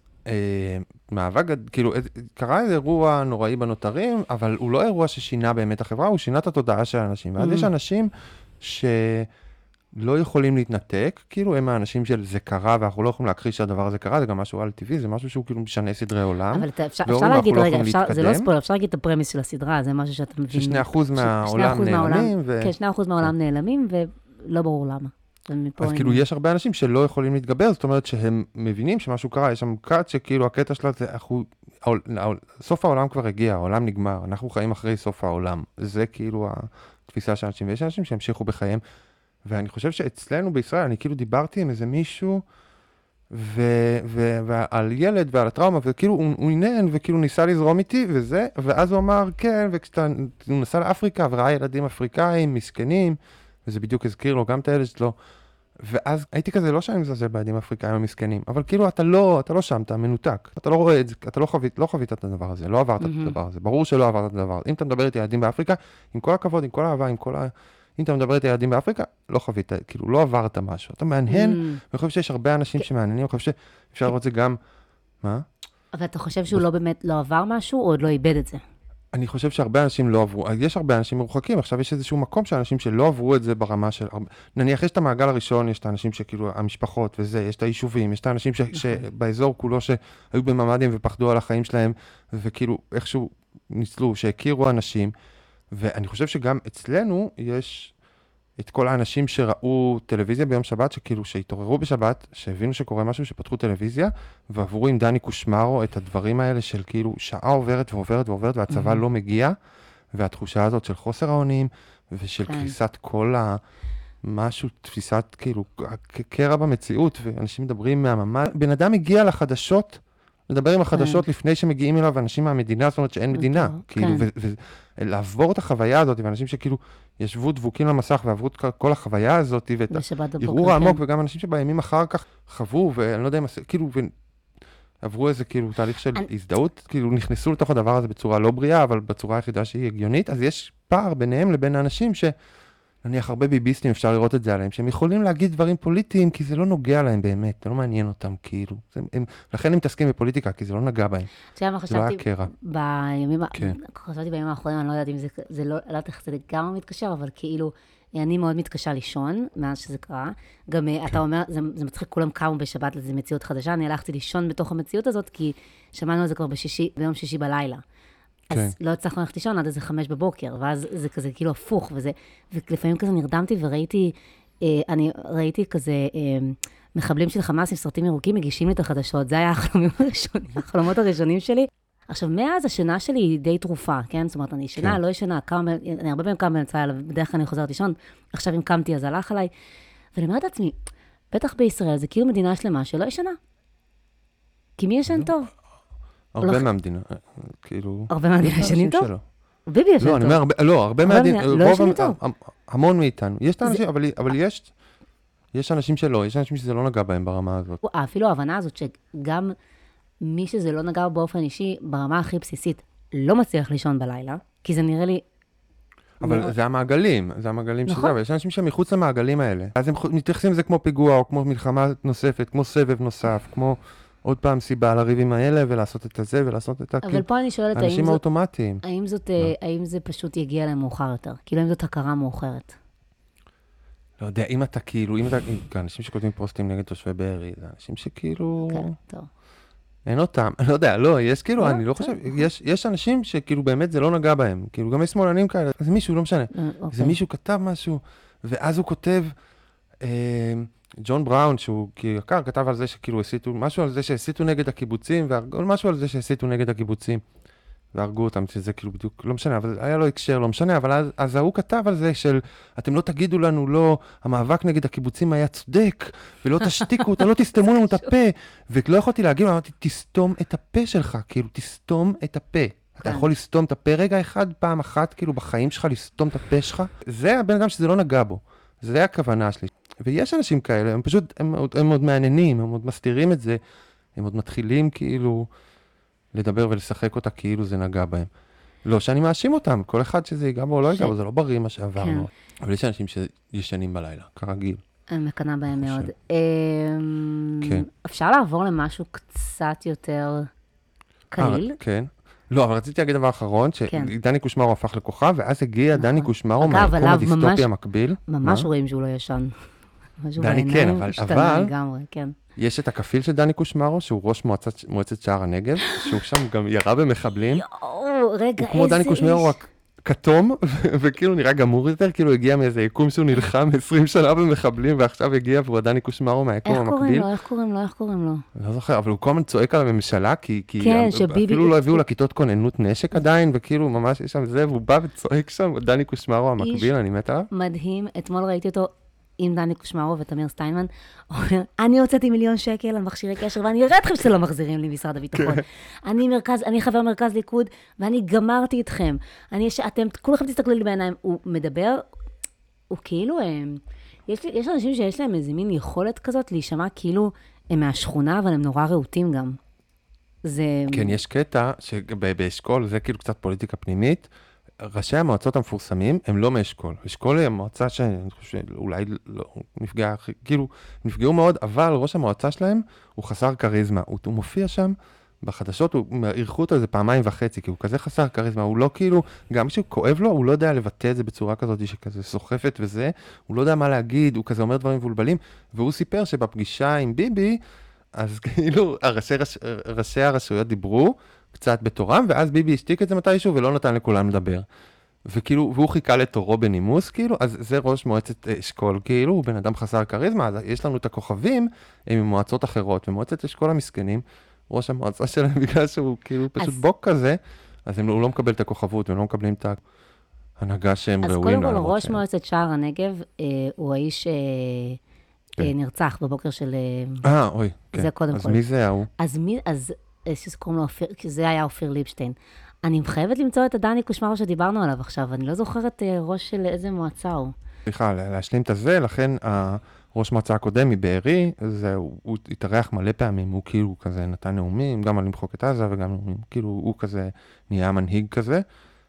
מאבק, כאילו, קרה איזה אירוע נוראי בנותרים, אבל הוא לא אירוע ששינה באמת החברה, הוא שינה את התודעה של האנשים. ואז יש אנשים ש... לא יכולים להתנתק, כאילו הם האנשים של זה קרה, ואנחנו לא יכולים להכחיש שהדבר הזה קרה, זה גם משהו על טבעי, זה משהו שהוא כאילו משנה סדרי עולם. אבל אפשר, אפשר להגיד, רגע, אפשר, זה לא ספוילר, אפשר להגיד את הפרמיס של הסדרה, זה משהו שאתה מבין. ששני אחוז מהעולם נעלמים. ו... כן, שני אחוז מהעולם נעלמים, ולא ברור למה. אז כאילו יש הרבה אנשים שלא יכולים להתגבר, זאת אומרת שהם מבינים שמשהו קרה, יש שם קאט שכאילו הקטע שלה זה, אנחנו, סוף העולם כבר הגיע, העולם נגמר, אנחנו חיים אחרי סוף העולם. זה כאילו התפיסה של אנשים, ויש אנשים שהמשיכו בחיים. ואני חושב שאצלנו בישראל, אני כאילו דיברתי עם איזה מישהו, ו- ו- ועל ילד ועל הטראומה, וכאילו הוא, הוא עינן, וכאילו ניסה לזרום איתי, וזה, ואז הוא אמר, כן, וכשאתה הוא נסע לאפריקה, וראה ילדים אפריקאים, מסכנים, וזה בדיוק הזכיר לו גם את הילד שלו, ואז הייתי כזה, לא שאני מזלזל בילדים אפריקאים המסכנים, אבל כאילו אתה לא, אתה לא שם, אתה מנותק, אתה לא רואה את זה, אתה לא חווית, לא חווית את הדבר הזה, לא עברת mm-hmm. את הדבר הזה, ברור שלא עברת את הדבר הזה. אם אתה מדבר איתי ילדים באפריקה, עם כל הכבוד, עם כל האהבה, עם כל ה... אם אתה מדבר איתי ילדים באפריקה, לא חווית, כאילו, לא עברת משהו. אתה מעניין, ואני חושב שיש הרבה אנשים שמעניינים, אני חושב שאפשר לראות זה גם... מה? אבל אתה חושב שהוא לא באמת לא עבר משהו, או עוד לא איבד את זה? אני חושב שהרבה אנשים לא עברו, יש הרבה אנשים מרוחקים, עכשיו יש איזשהו מקום של אנשים שלא עברו את זה ברמה של... נניח, יש את המעגל הראשון, יש את האנשים שכאילו, המשפחות וזה, יש את היישובים, יש את האנשים שבאזור כולו שהיו בממדים ופחדו על החיים שלהם, וכאילו, איכשהו ניצלו, שהכירו אנשים, ואני חושב שגם אצלנו יש את כל האנשים שראו טלוויזיה ביום שבת, שכאילו שהתעוררו בשבת, שהבינו שקורה משהו, שפתחו טלוויזיה, ועברו עם דני קושמרו את הדברים האלה של כאילו שעה עוברת ועוברת ועוברת, והצבא לא מגיע, והתחושה הזאת של חוסר האונים, ושל קריסת כל המשהו, תפיסת כאילו, קרע במציאות, ואנשים מדברים מהממה. בן אדם הגיע לחדשות, לדבר עם החדשות לפני שמגיעים אליו אנשים מהמדינה, זאת אומרת שאין מדינה, כאילו, ולעבור את החוויה הזאת, ואנשים שכאילו ישבו דבוקים למסך ועברו את כל החוויה הזאת, ואת הערעור העמוק, וגם אנשים שבימים אחר כך חוו, ואני לא יודע אם, כאילו, עברו איזה כאילו תהליך של הזדהות, כאילו נכנסו לתוך הדבר הזה בצורה לא בריאה, אבל בצורה היחידה שהיא הגיונית, אז יש פער ביניהם לבין האנשים ש... נניח הרבה ביביסטים אפשר לראות את זה עליהם, שהם יכולים להגיד דברים פוליטיים, כי זה לא נוגע להם באמת, זה לא מעניין אותם כאילו. זה, הם, לכן הם מתעסקים בפוליטיקה, כי זה לא נגע בהם. זה לא היה קרע. בימים, כן. חשבתי בימים האחרונים, אני לא יודעת אם זה, זה לא, לא יודעת איך זה גם מתקשר, אבל כאילו, אני מאוד מתקשה לישון, מאז שזה קרה. גם כן. אתה אומר, זה, זה מצחיק, כולם קמו בשבת לזה מציאות חדשה, אני הלכתי לישון בתוך המציאות הזאת, כי שמענו על זה כבר בשישי, ביום שישי בלילה. אז לא הצלחנו ללכת לישון עד איזה חמש בבוקר, ואז זה כזה כאילו הפוך, וזה, ולפעמים כזה נרדמתי וראיתי, אה, אני ראיתי כזה אה, מחבלים של חמאס עם סרטים ירוקים מגישים לי את החדשות, זה היה החלומים הראשונים, החלומות הראשונים שלי. עכשיו, מאז השינה שלי היא די תרופה, כן? זאת אומרת, אני ישנה, כן. לא ישנה, כמה, אני הרבה פעמים קם באמצע, בדרך כלל אני חוזרת לישון, עכשיו אם קמתי אז הלך עליי, ואני אומרת לעצמי, בטח בישראל זה כאילו מדינה שלמה שלא ישנה. כי מי ישן טוב? הרבה מהמדינה, כאילו... הרבה מהמדינה ישנים טוב? ביבי ישן טוב. לא, אני אומר הרבה, לא, הרבה מהמדינה... לא ישנים טוב? המון מאיתנו. יש את האנשים, אבל יש... יש אנשים שלא, יש אנשים שזה לא נגע בהם ברמה הזאת. אפילו ההבנה הזאת שגם מי שזה לא נגע באופן אישי, ברמה הכי בסיסית, לא מצליח לישון בלילה, כי זה נראה לי... אבל זה המעגלים, זה המעגלים שזה, אבל יש אנשים שמחוץ למעגלים האלה. אז הם מתייחסים לזה כמו פיגוע, או כמו מלחמה נוספת, כמו סבב נוסף, כמו... עוד פעם סיבה לריבים האלה, ולעשות את זה, ולעשות את... אבל פה אני שואלת, אנשים האוטומטיים. האם זאת, האם זה פשוט יגיע להם מאוחר יותר? כאילו, האם זאת הכרה מאוחרת? לא יודע, אם אתה כאילו, אם אתה... אנשים שכותבים פוסטים נגד תושבי בארי, זה אנשים שכאילו... כן, טוב. אין אותם, לא יודע, לא, יש כאילו, אני לא חושב, יש אנשים שכאילו באמת זה לא נגע בהם, כאילו גם יש שמאלנים כאלה, זה מישהו, לא משנה, זה מישהו כתב משהו, ואז הוא כותב... ג'ון בראון, שהוא יקר, כתב על זה שכאילו הסיתו, משהו על זה שהסיתו נגד הקיבוצים, ומשהו על זה שהסיתו נגד הקיבוצים, והרגו אותם, שזה כאילו בדיוק, לא משנה, אבל היה לו הקשר, לא משנה, אבל אז, אז הוא כתב על זה של, אתם לא תגידו לנו, לא, המאבק נגד הקיבוצים היה צודק, ולא תשתיקו אותה, לא תסתמו לנו את הפה, ולא יכולתי להגיד, אמרתי, תסתום את הפה שלך, כאילו, תסתום את הפה. אתה יכול לסתום את הפה רגע אחד, פעם אחת, כאילו בחיים שלך, לסתום את הפה שלך. זה הבן אדם שזה לא נגע בו. זה הכוונה שלי. ויש אנשים כאלה, הם פשוט, הם, הם עוד מעניינים, הם עוד מסתירים את זה, הם עוד מתחילים כאילו לדבר ולשחק אותה כאילו זה נגע בהם. לא שאני מאשים אותם, כל אחד שזה ייגע בו או לא ייגע בו, זה לא בריא מה שעברנו. אבל יש אנשים שישנים בלילה, כרגיל. אני מקנה בהם מאוד. אפשר לעבור למשהו קצת יותר קליל? כן. לא, אבל רציתי להגיד דבר אחרון, שדני קושמרו הפך לכוכב, ואז הגיע דני קושמרו מהיקום הדיסטופי המקביל. ממש רואים שהוא לא ישן. דני כן, אבל יש את הכפיל של דני קושמרו, שהוא ראש מועצת שער הנגב, שהוא שם גם ירה במחבלים. יואו, רגע, איזה איש. הוא כמו דני קושמרו, רק כתום, וכאילו נראה גמור יותר, כאילו הגיע מאיזה יקום שהוא נלחם עשרים שנה במחבלים, ועכשיו הגיע והוא דני קושמרו מהיקום המקביל. איך קוראים לו? איך קוראים לו? לא זוכר, אבל הוא כל הזמן צועק על הממשלה, כי אפילו לא הביאו לכיתות כוננות נשק עדיין, וכאילו ממש יש שם זה, והוא בא וצועק שם, דני קושמרו המקביל, אני מת עליו. מדהים, אתמול ראיתי אותו עם דני קושמרו ותמיר סטיינמן, אומר, אני הוצאתי מיליון שקל על מכשירי קשר, ואני אראה אתכם שזה לא מחזירים לי משרד הביטחון. אני מרכז, אני חבר מרכז ליכוד, ואני גמרתי אתכם. אני, אתם, כולכם תסתכלו לי בעיניים. הוא מדבר, הוא כאילו, יש, יש אנשים שיש להם איזה מין יכולת כזאת להישמע כאילו הם מהשכונה, אבל הם נורא רהוטים גם. זה... כן, יש קטע שבאשכול, זה כאילו קצת פוליטיקה פנימית, ראשי המועצות המפורסמים הם לא מאשכול. אשכול היא המועצה שאני חושב שאולי לא נפגע, כאילו נפגעו מאוד, אבל ראש המועצה שלהם הוא חסר קריזמה. הוא, הוא מופיע שם בחדשות, הוא ערכו אותו איזה פעמיים וחצי, כי הוא כזה חסר קריזמה. הוא לא כאילו, גם כשהוא כואב לו, הוא לא יודע לבטא את זה בצורה כזאת שכזה סוחפת וזה, הוא לא יודע מה להגיד, הוא כזה אומר דברים מבולבלים, והוא סיפר שבפגישה עם ביבי, אז כאילו הראשי, ראש, ראשי הרשויות דיברו, קצת בתורם, ואז ביבי השתיק את זה מתישהו, ולא נתן לכולם לדבר. וכאילו, והוא חיכה לתורו בנימוס, כאילו, אז זה ראש מועצת אשכול, כאילו, הוא בן אדם חסר קריזמה, אז יש לנו את הכוכבים, הם ממועצות אחרות, ומועצת אשכול המסכנים, ראש המועצה שלהם, בגלל שהוא כאילו פשוט אז... בוק כזה, אז הם, הוא לא מקבל את הכוכבות, והם לא מקבלים את ההנהגה שהם ראויים. אז קודם כל, ראש ש... מועצת שער הנגב, אה, הוא האיש אה, כן. אה, נרצח בבוקר של... אה, אוי, כן. זה קודם אז כל. מי זה ההוא? אז מי, אז... שקוראים לו אופיר, כי זה היה אופיר ליבשטיין. אני חייבת למצוא את הדני קושמרו שדיברנו עליו עכשיו, אני לא זוכרת ראש של איזה מועצה הוא. סליחה, להשלים את הזה, לכן הראש מועצה הקודם מבארי, הוא התארח מלא פעמים, הוא כאילו כזה נתן נאומים, גם על למחוק את עזה וגם נאומים, כאילו הוא כזה נהיה מנהיג כזה,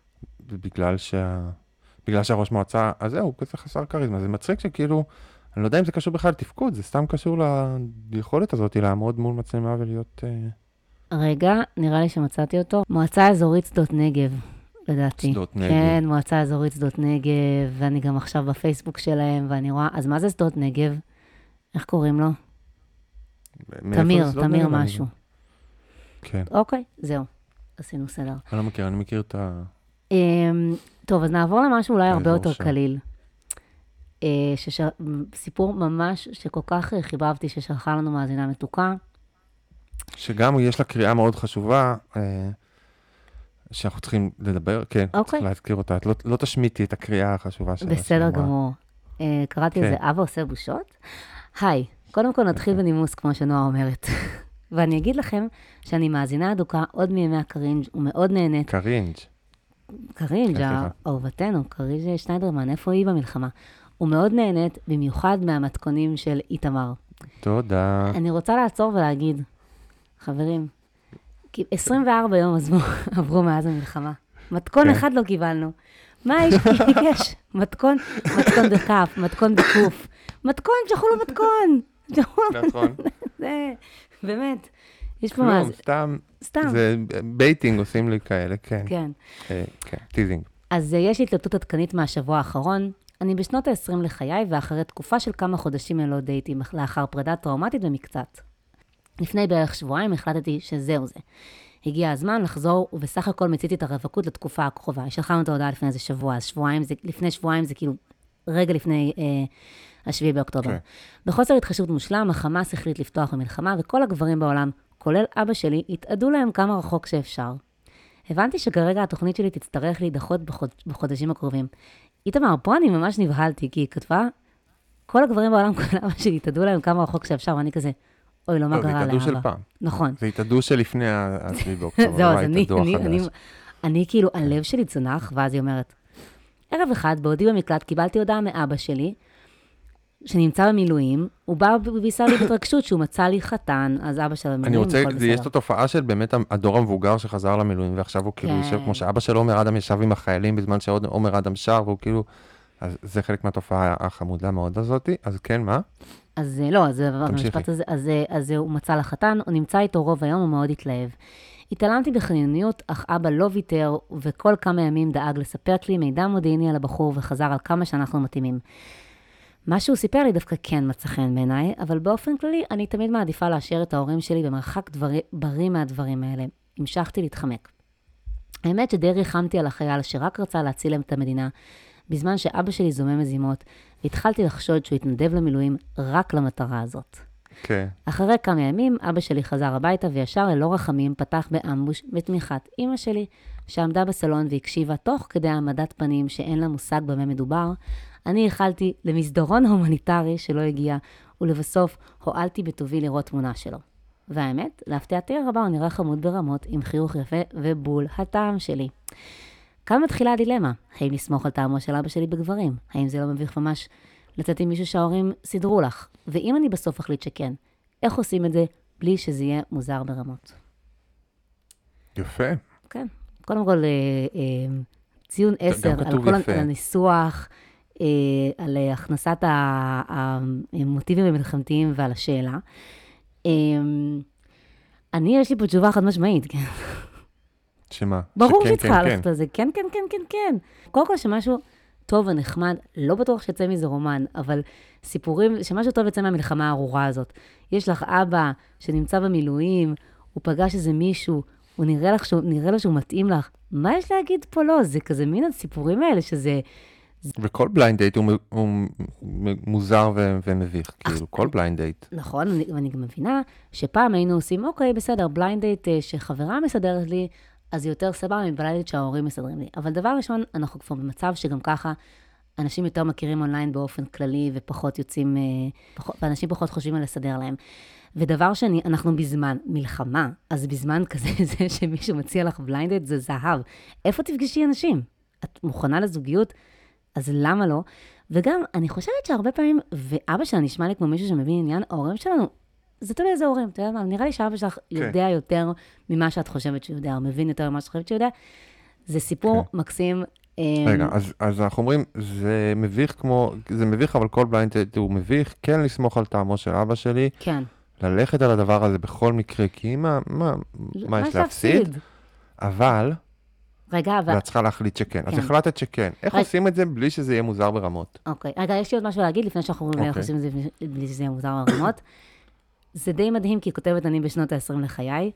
בגלל שה... בגלל שהראש מועצה הזה הוא כזה חסר קריזמה, זה מצחיק שכאילו, אני לא יודע אם זה קשור בכלל לתפקוד, זה סתם קשור ליכולת הזאת לעמוד מול מצלמה ולהיות... רגע, נראה לי שמצאתי אותו. מועצה אזורית שדות נגב, לדעתי. שדות נגב. כן, מועצה אזורית שדות נגב, ואני גם עכשיו בפייסבוק שלהם, ואני רואה, אז מה זה שדות נגב? איך קוראים לו? תמיר, תמיר משהו. כן. אוקיי, זהו. עשינו סדר. אני לא מכיר, אני מכיר את ה... טוב, אז נעבור למשהו אולי הרבה יותר קליל. סיפור ממש שכל כך חיבבתי ששלחה לנו מאזינה מתוקה. שגם יש לה קריאה מאוד חשובה, שאנחנו צריכים לדבר, כן, צריך להזכיר אותה. את לא תשמיטי את הקריאה החשובה שלה. בסדר גמור. קראתי לזה, אבא עושה בושות. היי, קודם כל נתחיל בנימוס, כמו שנועה אומרת. ואני אגיד לכם שאני מאזינה אדוקה עוד מימי הקרינג' ומאוד נהנית. קרינג'. קרינג', אהובתנו, קרינג' שניידרמן, איפה היא במלחמה? ומאוד נהנית, במיוחד מהמתכונים של איתמר. תודה. אני רוצה לעצור ולהגיד, חברים, עשרים וארבע יום עברו מאז המלחמה. מתכון אחד לא קיבלנו. מה יש? יש מתכון, מתכון בכף, מתכון בקוף. מתכון, שלחו לו מתכון. נכון. זה, באמת. יש פה מה זה. סתם. סתם. זה בייטינג עושים לי כאלה, כן. כן. כן, טיזינג. אז יש לי התלבטות עדכנית מהשבוע האחרון. אני בשנות ה-עשרים לחיי, ואחרי תקופה של כמה חודשים ללא דייטים, לאחר פרידה טראומטית ומקצת. לפני בערך שבועיים החלטתי שזהו זה. הגיע הזמן לחזור, ובסך הכל מציתי את הרווקות לתקופה הקרובה. היא שלחה לנו את ההודעה לפני איזה שבוע, אז שבועיים זה, לפני שבועיים זה כאילו רגע לפני אה, השביעי באוקטובר. Okay. בחוסר התחשבות מושלם, החמאס החליט לפתוח במלחמה, וכל הגברים בעולם, כולל אבא שלי, התעדו להם כמה רחוק שאפשר. הבנתי שכרגע התוכנית שלי תצטרך להידחות בחוד, בחודשים הקרובים. איתמר, פה אני ממש נבהלתי, כי היא כתבה, כל הגברים בעולם, כולל אבא שלי, התעדו להם כמה רחוק שאפשר, ואני כזה, אוי, לא מה קרה לאבא. זה התעדו של פעם. נכון. זה התעדו של לפני השביעי באוקטובר. זהו, אז אני, אני כאילו, הלב שלי צנח, ואז היא אומרת, ערב אחד, בעודי במקלט, קיבלתי הודעה מאבא שלי, שנמצא במילואים, הוא בא ובישר לי בהתרגשות שהוא מצא לי חתן, אז אבא שלו במילואים, אני רוצה, הכל בסדר. יש את התופעה של באמת הדור המבוגר שחזר למילואים, ועכשיו הוא כאילו כן. יושב, כמו שאבא של עומר אדם ישב עם החיילים, בזמן שעוד עומר אדם שר, והוא כאילו, אז זה חלק מהתופעה החמודה מאוד הזאת, אז כן, מה? אז לא, אז תמשיכי. המשפט הזה, אז, אז הוא מצא לחתן, הוא נמצא איתו רוב היום, הוא מאוד התלהב. התעלמתי בחניוניות, אך אבא לא ויתר, וכל כמה ימים דאג לספק לי מידע מודיעיני על הבחור, וחזר על כמה שאנחנו מתאימים. מה שהוא סיפר לי דווקא כן מצא חן בעיניי, אבל באופן כללי אני תמיד מעדיפה להשאיר את ההורים שלי במרחק דברי, בריא מהדברים האלה. המשכתי להתחמק. האמת שדי ריחמתי על החייל שרק רצה להציל להם את המדינה, בזמן שאבא שלי זומם מזימות, והתחלתי לחשוד שהוא התנדב למילואים רק למטרה הזאת. כן. אחרי כמה ימים, אבא שלי חזר הביתה וישר ללא רחמים פתח באמבוש בתמיכת אמא שלי, שעמדה בסלון והקשיבה תוך כדי העמדת פנים שאין לה מושג במה מדובר. אני החלתי למסדרון הומניטרי שלא הגיע, ולבסוף הועלתי בטובי לראות תמונה שלו. והאמת, להפתעתי הרבה הוא נראה חמוד ברמות, עם חיוך יפה ובול הטעם שלי. כאן מתחילה הדילמה, האם לסמוך על טעמו של אבא שלי בגברים? האם זה לא מביך ממש לצאת עם מישהו שההורים סידרו לך? ואם אני בסוף החליט שכן, איך עושים את זה בלי שזה יהיה מוזר ברמות? יפה. כן. קודם כל, אה, אה, ציון עשר על כל יפה. הניסוח, אה, על הכנסת המוטיבים המלחמתיים ועל השאלה. אה, אני, יש לי פה תשובה חד משמעית, כן. שמה? ברור שכן, שצריכה כן, ללכת על זה, כן, כן, כן, כן, כן. קודם כל שמשהו טוב ונחמד, לא בטוח שיצא מזה רומן, אבל סיפורים, שמשהו טוב יצא מהמלחמה הארורה הזאת. יש לך אבא שנמצא במילואים, הוא פגש איזה מישהו, הוא נראה לך שהוא, נראה לו שהוא מתאים לך. מה יש להגיד פה לא? זה כזה מין הסיפורים האלה שזה... וכל בליינד דייט הוא, הוא מוזר ו- ומביך, כאילו, כל בליינד דייט. נכון, אני, ואני גם מבינה שפעם היינו עושים, אוקיי, בסדר, בליינד דייט שחברה מסדרת לי, אז יותר סבבה מבליינד דייט שההורים מסדרים לי. אבל דבר ראשון, אנחנו כבר במצב שגם ככה, אנשים יותר מכירים אונליין באופן כללי, ופחות יוצאים, פחות, ואנשים פחות חושבים על לסדר להם. ודבר שני, אנחנו בזמן מלחמה, אז בזמן כזה, זה שמישהו מציע לך בליינד דייט, זה זהב. איפה תפגשי אנשים? את מוכנה לזוגיות? אז למה לא? וגם, אני חושבת שהרבה פעמים, ואבא שלה נשמע לי כמו מישהו שמבין עניין, ההורים שלנו, זה תלוי איזה הורים, אתה יודע מה? נראה לי שאבא שלך יודע יותר ממה שאת חושבת שהוא יודע, או מבין יותר ממה שאת חושבת שהוא יודע. זה סיפור מקסים. רגע, אז, אז אנחנו אומרים, זה מביך כמו, זה מביך, אבל כל בליינד הוא מביך, כן לסמוך על טעמו של אבא שלי. כן. ללכת על הדבר הזה בכל מקרה, כי מה, מה, מה יש להפסיד? אבל... רגע, אבל... ואת צריכה להחליט שכן. אז כן. החלטת שכן. איך רגע. עושים את זה בלי שזה יהיה מוזר ברמות? אוקיי. רגע, יש לי עוד משהו להגיד, לפני שאנחנו אומרים איך אוקיי. עושים את זה בלי שזה יהיה מוזר ברמות. זה די מדהים, כי כותבת אני בשנות ה-עשרים לחיי.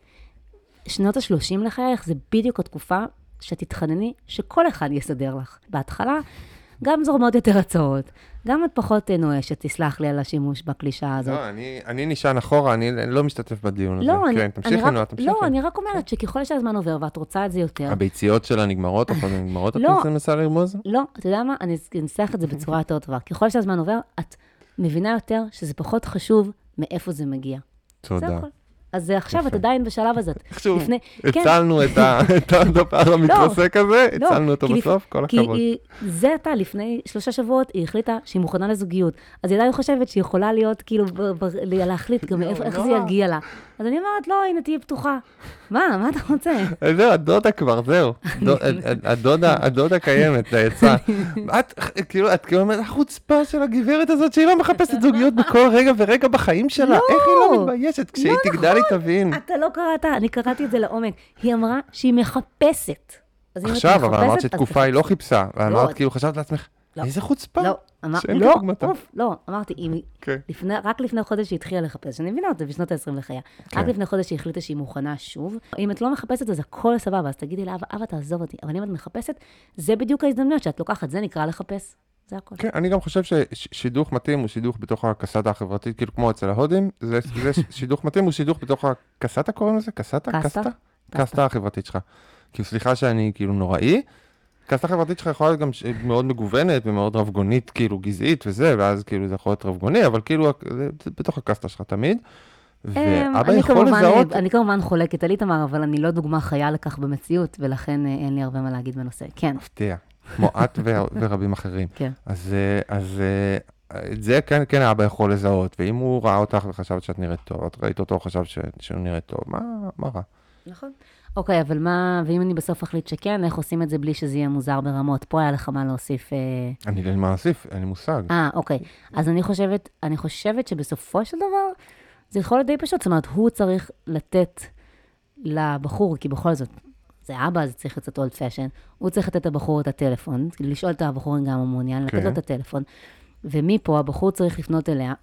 שנות ה-שלושים לחייך זה בדיוק התקופה שתתחנני שכל אחד יסדר לך. בהתחלה, גם זורמות יותר הצעות, גם את פחות נואשת, תסלח לי על השימוש בקלישה הזאת. לא, אני, אני נשען אחורה, אני לא משתתף בדיון הזה. לא, אני, כן, תמשיכי, אני רק, נועה, תמשיכי. לא, אני רק אומרת שככל שהזמן עובר ואת רוצה את זה יותר, הביציות שלה נגמרות, אבל הן נגמרות, את לא. מנסה לרמוז? לא, אתה יודע מה? אני אנסח את זה בצורה יותר טובה. ככל שהזמן עובר, את מבינה יותר שזה פחות חשוב מאיפה זה מגיע. תודה. זה הכל. אז עכשיו יפה. את עדיין בשלב הזה. איכשהו, לפני- כן. הצלנו את ה- את הדבר המתרסק הזה, לא, הצלנו אותו כי לפ- בסוף, כל כי הכבוד. היא- זה עתה, לפני שלושה שבועות, היא החליטה שהיא מוכנה לזוגיות. אז היא עדיין חושבת שהיא יכולה להיות, כאילו, ב- ב- להחליט גם איפה- איך זה נועה. יגיע לה. אז אני אומרת, לא, הנה, תהיה פתוחה. מה? מה אתה רוצה? אז זהו, הדודה כבר, זהו. דו- הדודה, הדודה קיימת, זה יצא. את, כאילו, את כאילו אומרת, החוצפה של הגברת הזאת, שהיא לא מחפשת זוגיות בכל רגע ורגע בחיים שלה. לא. איך היא לא מתביישת? כשהיא לא תגדל היא נכון. תבין. אתה לא קראת, אני קראתי את זה לעומק. היא אמרה שהיא מחפשת. אז אם את עכשיו, אבל מחפשת, אמרת אז שתקופה היא לא חיפשה. ואמרת, לא. כאילו, חשבת לעצמך, לא. איזה חוצפה. לא, אמר, שאין לא, כדוגמתה. אוף, לא, אמרתי, אם היא, כן. לפני, רק לפני חודש שהיא התחילה לחפש, אני מבינה אותה בשנות ה-עשרים לחייה, כן. רק לפני חודש שהיא החליטה שהיא מוכנה שוב, אם את לא מחפשת, אז הכל סבבה, אז תגידי לה, אבא, תעזוב אותי, אבל אם את מחפשת, זה בדיוק ההזדמנויות שאת לוקחת, זה נקרא לחפש, זה הכל. כן, אני גם חושב ששידוך מתאים הוא שידוך בתוך הקסטה החברתית, כאילו כמו אצל ההודים, זה זה שידוך מתאים הוא שידוך בתוך הקסטה קוראים לזה? קסטה? קסטה? קסטה? קסטה החברתית שלך. כאילו סליחה שאני כאילו נוראי, קסטה החברתית שלך יכולה להיות גם ש- מאוד מגוונת ומאוד רבגונית, כאילו גזעית וזה, ואז כאילו זה יכול להיות רבגוני, אבל כאילו זה זה בתוך הקסטה שלך תמיד. ואבא אני יכול כמובן- לזהות... אני כמובן חולקת על איתמר, אבל אני לא דוגמה חיה לכך במציאות, ולכן אה, אין לי הרבה מה להגיד בנושא. כן, מפתיע, כמו את ו- ורבים אחרים. כן. אז, אה, אז אה, את זה כן, כן האבא יכול לזהות, ואם הוא ראה אותך וחשב שאת נראית טוב, את ראית אותו וחשב ש- שהוא נראה טוב, מה, מה רע? נכון. אוקיי, אבל מה, ואם אני בסוף אחליט שכן, איך עושים את זה בלי שזה יהיה מוזר ברמות? פה היה לך מה להוסיף... אה, אני אין לי מה להוסיף, אין לי מושג. אה, אוקיי. אז אני חושבת, אני חושבת שבסופו של דבר, זה יכול להיות די פשוט. זאת אומרת, הוא צריך לתת לבחור, כי בכל זאת, זה אבא, זה צריך לצאת אולד פשן, הוא צריך לתת לבחור את הטלפון, כאילו לשאול את הבחור אם גם הוא מעוניין, לתת כן. לו את הטלפון, ומפה הבחור צריך לפנות אליה,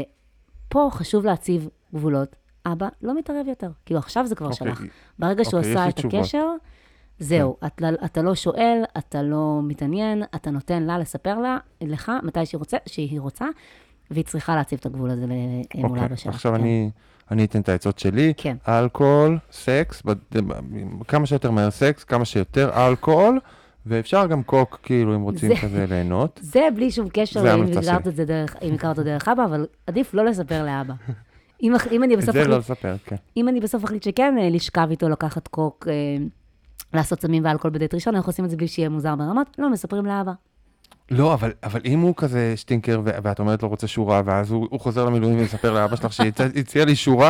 ופה חשוב להציב גבולות. אבא לא מתערב יותר, כאילו עכשיו זה כבר אוקיי, שלך. ברגע שהוא אוקיי, יש עשה לי את תשובות. הקשר, זהו, אתה, אתה לא שואל, אתה לא מתעניין, אתה נותן לה לספר לה, לך, מתי שהיא רוצה, שהיא רוצה, והיא צריכה להציב את הגבול הזה ל- מול אוקיי, אבא שלה. עכשיו כן. אני, אני אתן את העצות שלי. כן. אלכוהול, סקס, בד- כמה שיותר מהר סקס, כמה שיותר אלכוהול, ואפשר גם קוק, כאילו, אם רוצים זה- כזה ליהנות. זה בלי שום קשר, זה אם ההמלצה הכרת שלי. את זה דרך, אם הכרת אותו דרך אבא, אבל עדיף לא לספר לאבא. אם, אח- אם אני את בסוף זה לא אחליט, לספר, כן. אם אני בסוף אחליט שכן, אה, לשכב איתו, לקחת קוק, אה, לעשות סמים ואלכוהול בדייט ראשון, אנחנו עושים את זה בלי שיהיה מוזר ברמות, לא מספרים לאבא. לא, אבל, אבל אם הוא כזה שטינקר, ו- ואת אומרת לו רוצה שורה, ואז הוא, הוא חוזר למילואים ומספר לאבא שלך שהציע לי שורה,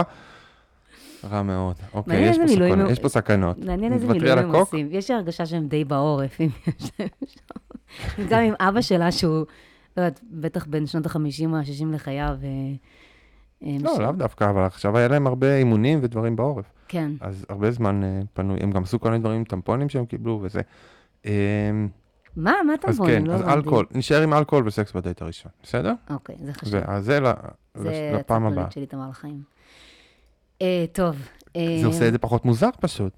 רע מאוד. אוקיי, מעניין יש איזה פה, מילואים סכנות, הוא- יש פה סכנות. מעניין איזה תוותרי על מילואים הם הקוק? עושים. יש לי הרגשה שהם די בעורף, אם יש להם שם. גם עם אבא שלה, שהוא, לא יודעת, בטח בין שנות ה-חמישים או ה-שישים לחייו. ו- אה, לא, ש- לאו דווקא, אבל עכשיו היה להם הרבה אימונים ודברים בעורף. כן. אז הרבה זמן אה, פנוי, הם גם עשו כל מיני דברים עם טמפונים שהם קיבלו וזה. אה, מה? מה אתה אז אומר? כן, לא אז הבנתי. אלכוהול, נשאר עם אלכוהול וסקס בדייט הראשון, בסדר? אוקיי, זה חשוב. ואז זה ל- זה לפעם הבאה. הצפלית שלי, תמר לחיים. אה, טוב. אה, זה עושה את זה פחות מוזר פשוט.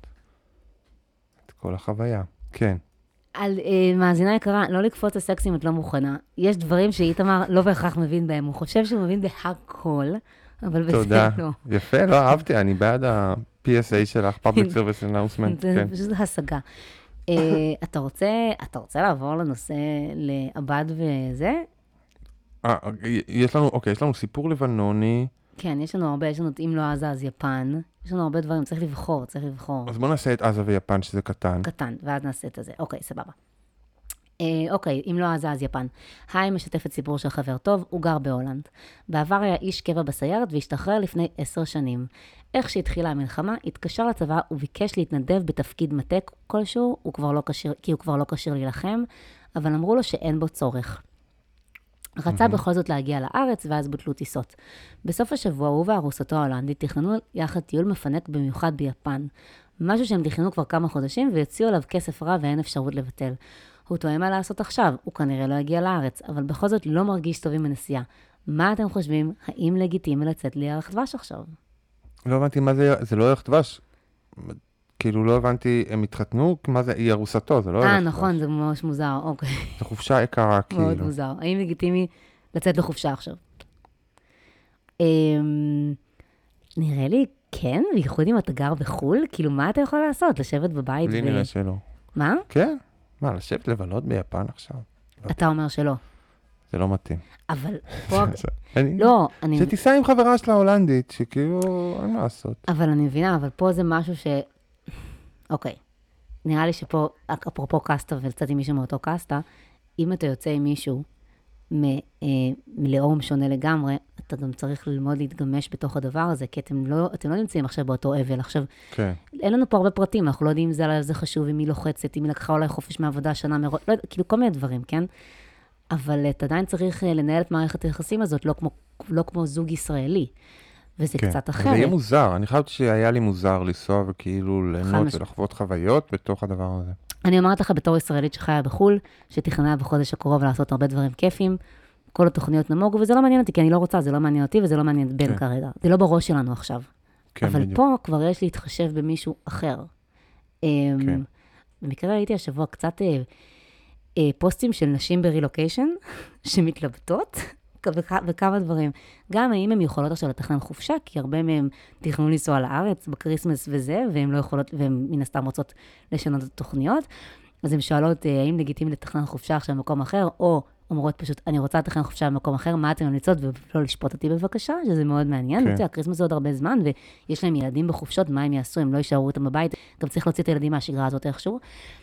את כל החוויה, כן. על אה, מאזינה יקרה, לא לקפוץ לסקס אם את לא מוכנה. יש דברים שאיתמר לא בהכרח מבין בהם. הוא חושב שהוא מבין בהכל, אבל בזה תודה. לא. יפה, לא אהבתי, אני בעד ה-פי אס איי שלך, Public Service Announcement, זה כן. פשוט השגה. אה, אתה רוצה, אתה רוצה לעבור לנושא לעבד וזה? אה, יש לנו, אוקיי, יש לנו סיפור לבנוני, כן, יש לנו הרבה, יש לנו את אם לא עזה אז יפן. יש לנו הרבה דברים, צריך לבחור, צריך לבחור. אז בוא נעשה את עזה ויפן, שזה קטן. קטן, ואז נעשה את זה. אוקיי, סבבה. אה, אוקיי, אם לא עזה אז יפן. היי, משתפת סיפור של חבר טוב, הוא גר בהולנד. בעבר היה איש קבע בסיירת והשתחרר לפני עשר שנים. איך שהתחילה המלחמה, התקשר לצבא וביקש להתנדב בתפקיד מטה כלשהו, הוא כבר לא כשיר, כי הוא כבר לא כשיר להילחם, אבל אמרו לו שאין בו צורך. רצה בכל זאת להגיע לארץ, ואז בוטלו טיסות. בסוף השבוע, הוא וארוסתו ההולנדית תכננו יחד טיול מפנק במיוחד ביפן. משהו שהם תכננו כבר כמה חודשים, והציעו עליו כסף רב ואין אפשרות לבטל. הוא טועה מה לעשות עכשיו, הוא כנראה לא יגיע לארץ, אבל בכל זאת לא מרגיש טוב עם הנסיעה. מה אתם חושבים? האם לגיטימי לצאת לירח דבש עכשיו? לא הבנתי מה זה, זה לא ערך דבש. כאילו לא הבנתי, הם התחתנו, מה זה, היא ארוסתו, זה לא ערך אה, דבש. נכון, זה ממש מוזר, אוקיי. זה חופשה יקרה, מאוד כאילו. מוזר. האם לגיטימי לצאת לחופשה עכשיו? אמ, נראה לי כן, בייחוד אם אתה גר בחו"ל, כאילו מה אתה יכול לעשות? לשבת בבית לי נראה שלא. מה? כן? מה, לשבת לבלות ביפן עכשיו? אתה אומר שלא. זה לא מתאים. אבל פה... אני- לא, אני... שתיסע עם חברה שלה הולנדית, שכאילו, אין מה לעשות. אבל אני מבינה, אבל פה זה משהו ש... אוקיי. נראה לי שפה, אפרופו קסטה, ולצאת עם מישהו מאותו קסטה, אם אתה יוצא עם מישהו מ, אה, מלאום שונה לגמרי, אתה גם צריך ללמוד להתגמש בתוך הדבר הזה, כי אתם לא, אתם לא נמצאים עכשיו באותו אבל. עכשיו, כן. אין לנו פה הרבה פרטים, אנחנו לא יודעים אם זה, זה חשוב, אם היא לוחצת, אם היא לקחה אולי חופש מעבודה שנה מראש, לא, כאילו כל מיני דברים, כן? אבל אתה עדיין צריך אה, לנהל את מערכת היחסים הזאת, לא כמו, לא כמו זוג ישראלי. וזה כן. קצת אבל אחרת. זה יהיה מוזר, אני חייבת שהיה לי מוזר לנסוע וכאילו ליהנות משמעית. ולחוות חוויות בתוך הדבר הזה. אני אומרת לך בתור ישראלית שחיה בחו"ל, שתכננה בחודש הקרוב לעשות הרבה דברים כיפים, כל התוכניות נמוגו, וזה לא מעניין אותי, כי אני לא רוצה, זה לא מעניין אותי, וזה לא מעניין את בן כן. כרגע. זה לא בראש שלנו עכשיו. כן, אבל בדיוק. פה כבר יש להתחשב במישהו אחר. אמ, כן. במקרה ראיתי השבוע קצת אה, אה, פוסטים של נשים ברילוקיישן, שמתלבטות, וכ- וכמה דברים. גם האם הן יכולות עכשיו לתכנן חופשה, כי הרבה מהם תכננו לנסוע לארץ בקריסמס וזה, והן לא יכולות, והן מן הסתם רוצות לשנות את התוכניות. אז הן שואלות, אה, האם לגיטימי לתכנן חופשה עכשיו במקום אחר, או אומרות פשוט, אני רוצה לתכנן חופשה במקום אחר, מה אתם ממליצות, ולא לשפוט אותי בבקשה, שזה מאוד מעניין. כן. אתה יודע, הקריסמס זה עוד הרבה זמן, ויש להם ילדים בחופשות, מה הם יעשו, הם לא יישארו אותם בבית, גם צריך להוציא את הילדים מהשגרה הזאת איכשהו.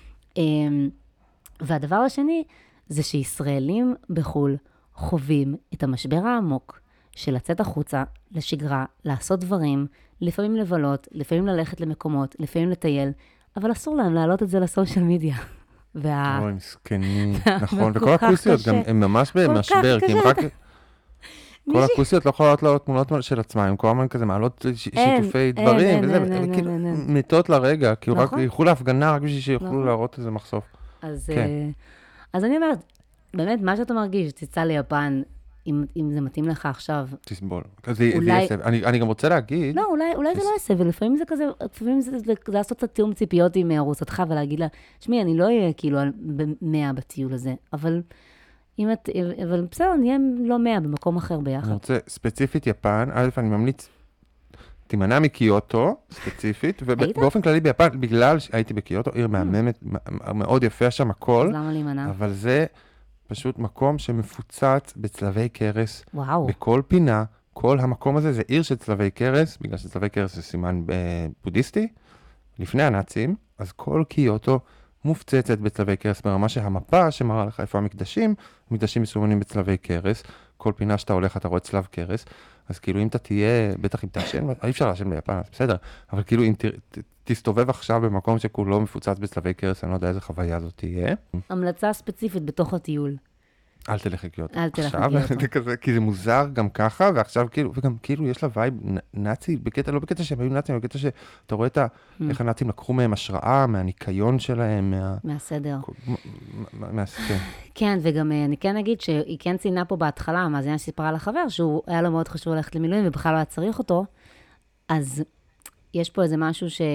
אמ, והדבר השני, זה שישראלים בחול חווים את המשבר העמוק של לצאת החוצה, לשגרה, לעשות דברים, לפעמים לבלות, לפעמים ללכת למקומות, לפעמים לטייל, אבל אסור להם להעלות את זה לסושיאל מדיה. וה... אוי, מסכנים, נכון, כל וכל כך הכוסיות קשה. גם הם ממש כל כך במשבר, כי הם קשה. רק... כל מישהי- הכוסיות לא יכולות לעלות תמונות של עצמם, הם כל הזמן כזה מעלות ש- אין, שיתופי אין, דברים, אין, וזה, אין, והם אין, כאילו אין, אין. מתות לרגע, כאילו רק נכון. ילכו להפגנה רק בשביל שיוכלו נכון. להראות איזה מחשוף. אז, כן. אה, אז אני אומרת, באמת, מה שאתה מרגיש, תצא ליפן, אם, אם זה מתאים לך עכשיו. תסבול. זה זה אולי- יהיה סבל. אני אני גם רוצה להגיד, לא, אולי, אולי זה לא יעשה, ולפעמים זה כזה, לפעמים זה, זה, זה לעשות קצת תיאום ציפיות עם ארוסתך, ולהגיד לה, שמי, אני לא אהיה כאילו על מאה בטיול הזה, אבל אם את, אבל בסדר, נהיה לא מאה במקום אחר אני ביחד. רוצה ספציפית יפן, א', אני ממליץ, תימנע מקיוטו, ספציפית, היית? ובאופן כללי ביפן, בגלל שהייתי בקיוטו, עיר מהממת, מ- מאוד יפה שם הכל, אז למה להימנע? אבל זה פשוט מקום שמפוצץ בצלבי קרס, וואו, בכל פינה, כל המקום הזה זה עיר של צלבי קרס, בגלל שצלבי קרס זה סימן אה, בודהיסטי, לפני הנאצים, אז כל קיוטו מופצצת בצלבי קרס, ברמה שהמפה שמראה לך איפה המקדשים, המקדשים מסומנים בצלבי קרס, כל פינה שאתה הולך אתה רואה צלב קרס, אז כאילו אם אתה תהיה, בטח אם תעשן, אי אפשר לעשן ביפן, אז בסדר, אבל כאילו אם ת, ת, תסתובב עכשיו במקום שכולו מפוצץ בצלבי קרס, אני לא יודע איזה חוויה זאת תהיה. המלצה ספציפית בתוך הטיול. אל תלך לקיוטו. אל תלך עכשיו, לקיוטו. זה כזה, כי זה מוזר גם ככה, ועכשיו כאילו, וגם כאילו יש לה וייב נ- נאצי, בקטע, לא בקטע שהם היו נאצים, בקטע שאתה רואה את ה... Mm. איך הנאצים לקחו מהם השראה, מהניקיון שלהם, מה... מהסדר. מה- מה- מה... כן. כן, וגם אה, אני כן אגיד שהיא כן ציינה פה בהתחלה, המאזינה שסיפרה לחבר, שהוא היה לו מאוד חשוב ללכת למילואים, ובכלל לא היה צריך אותו, אז יש פה איזה משהו ש...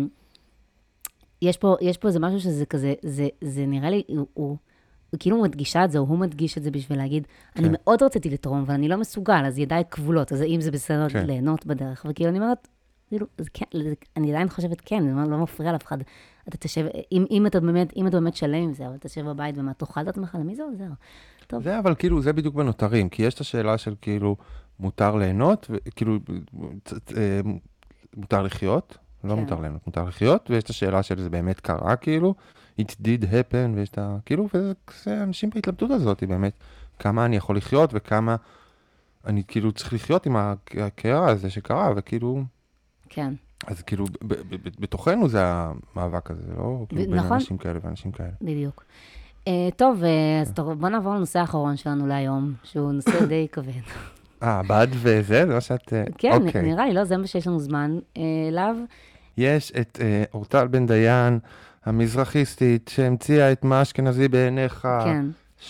יש פה, יש פה איזה משהו שזה כזה, זה, זה נראה לי, הוא, הוא, הוא כאילו מדגישה את זה, או הוא מדגיש את זה בשביל להגיד, אני כן. מאוד רציתי לתרום, אבל אני לא מסוגל, אז ידיי כבולות, אז האם זה בסדר כן. ליהנות בדרך? וכאילו אני אומרת, כאילו, זה כן, זה, אני עדיין חושבת כן, זה לא מפריע לאף אחד. אתה תשב, אם, אם אתה באמת, אם אתה באמת שלם עם זה, אבל תשב בבית ומה, תאכל את עצמך, למי זה עוזר? טוב. זה אבל כאילו, זה בדיוק בנותרים, כי יש את השאלה של כאילו, מותר ליהנות, וכאילו, צ- צ- אה, מותר לחיות, לא כן. מותר ליהנות, מותר לחיות, ויש את השאלה של זה באמת קרה, כאילו, it did happen, ויש את ה... כאילו, וזה זה אנשים בהתלבטות הזאת, באמת, כמה אני יכול לחיות, וכמה אני כאילו צריך לחיות עם הקרע הזה שקרה, וכאילו, כן. אז כאילו, ב- ב- ב- בתוכנו זה המאבק הזה, לא כאילו בין נכון. אנשים כאלה ואנשים כאלה. בדיוק. Uh, טוב, uh, אז טוב, בוא נעבור לנושא האחרון שלנו להיום, שהוא נושא די כבד. אה, בד וזה, זה מה שאת... אה, כן, אוקיי. נראה לי, לא, זה מה שיש לנו זמן uh, אליו. יש את אה, אורטל בן דיין, המזרחיסטית, שהמציאה את מה אשכנזי בעיניך, כן,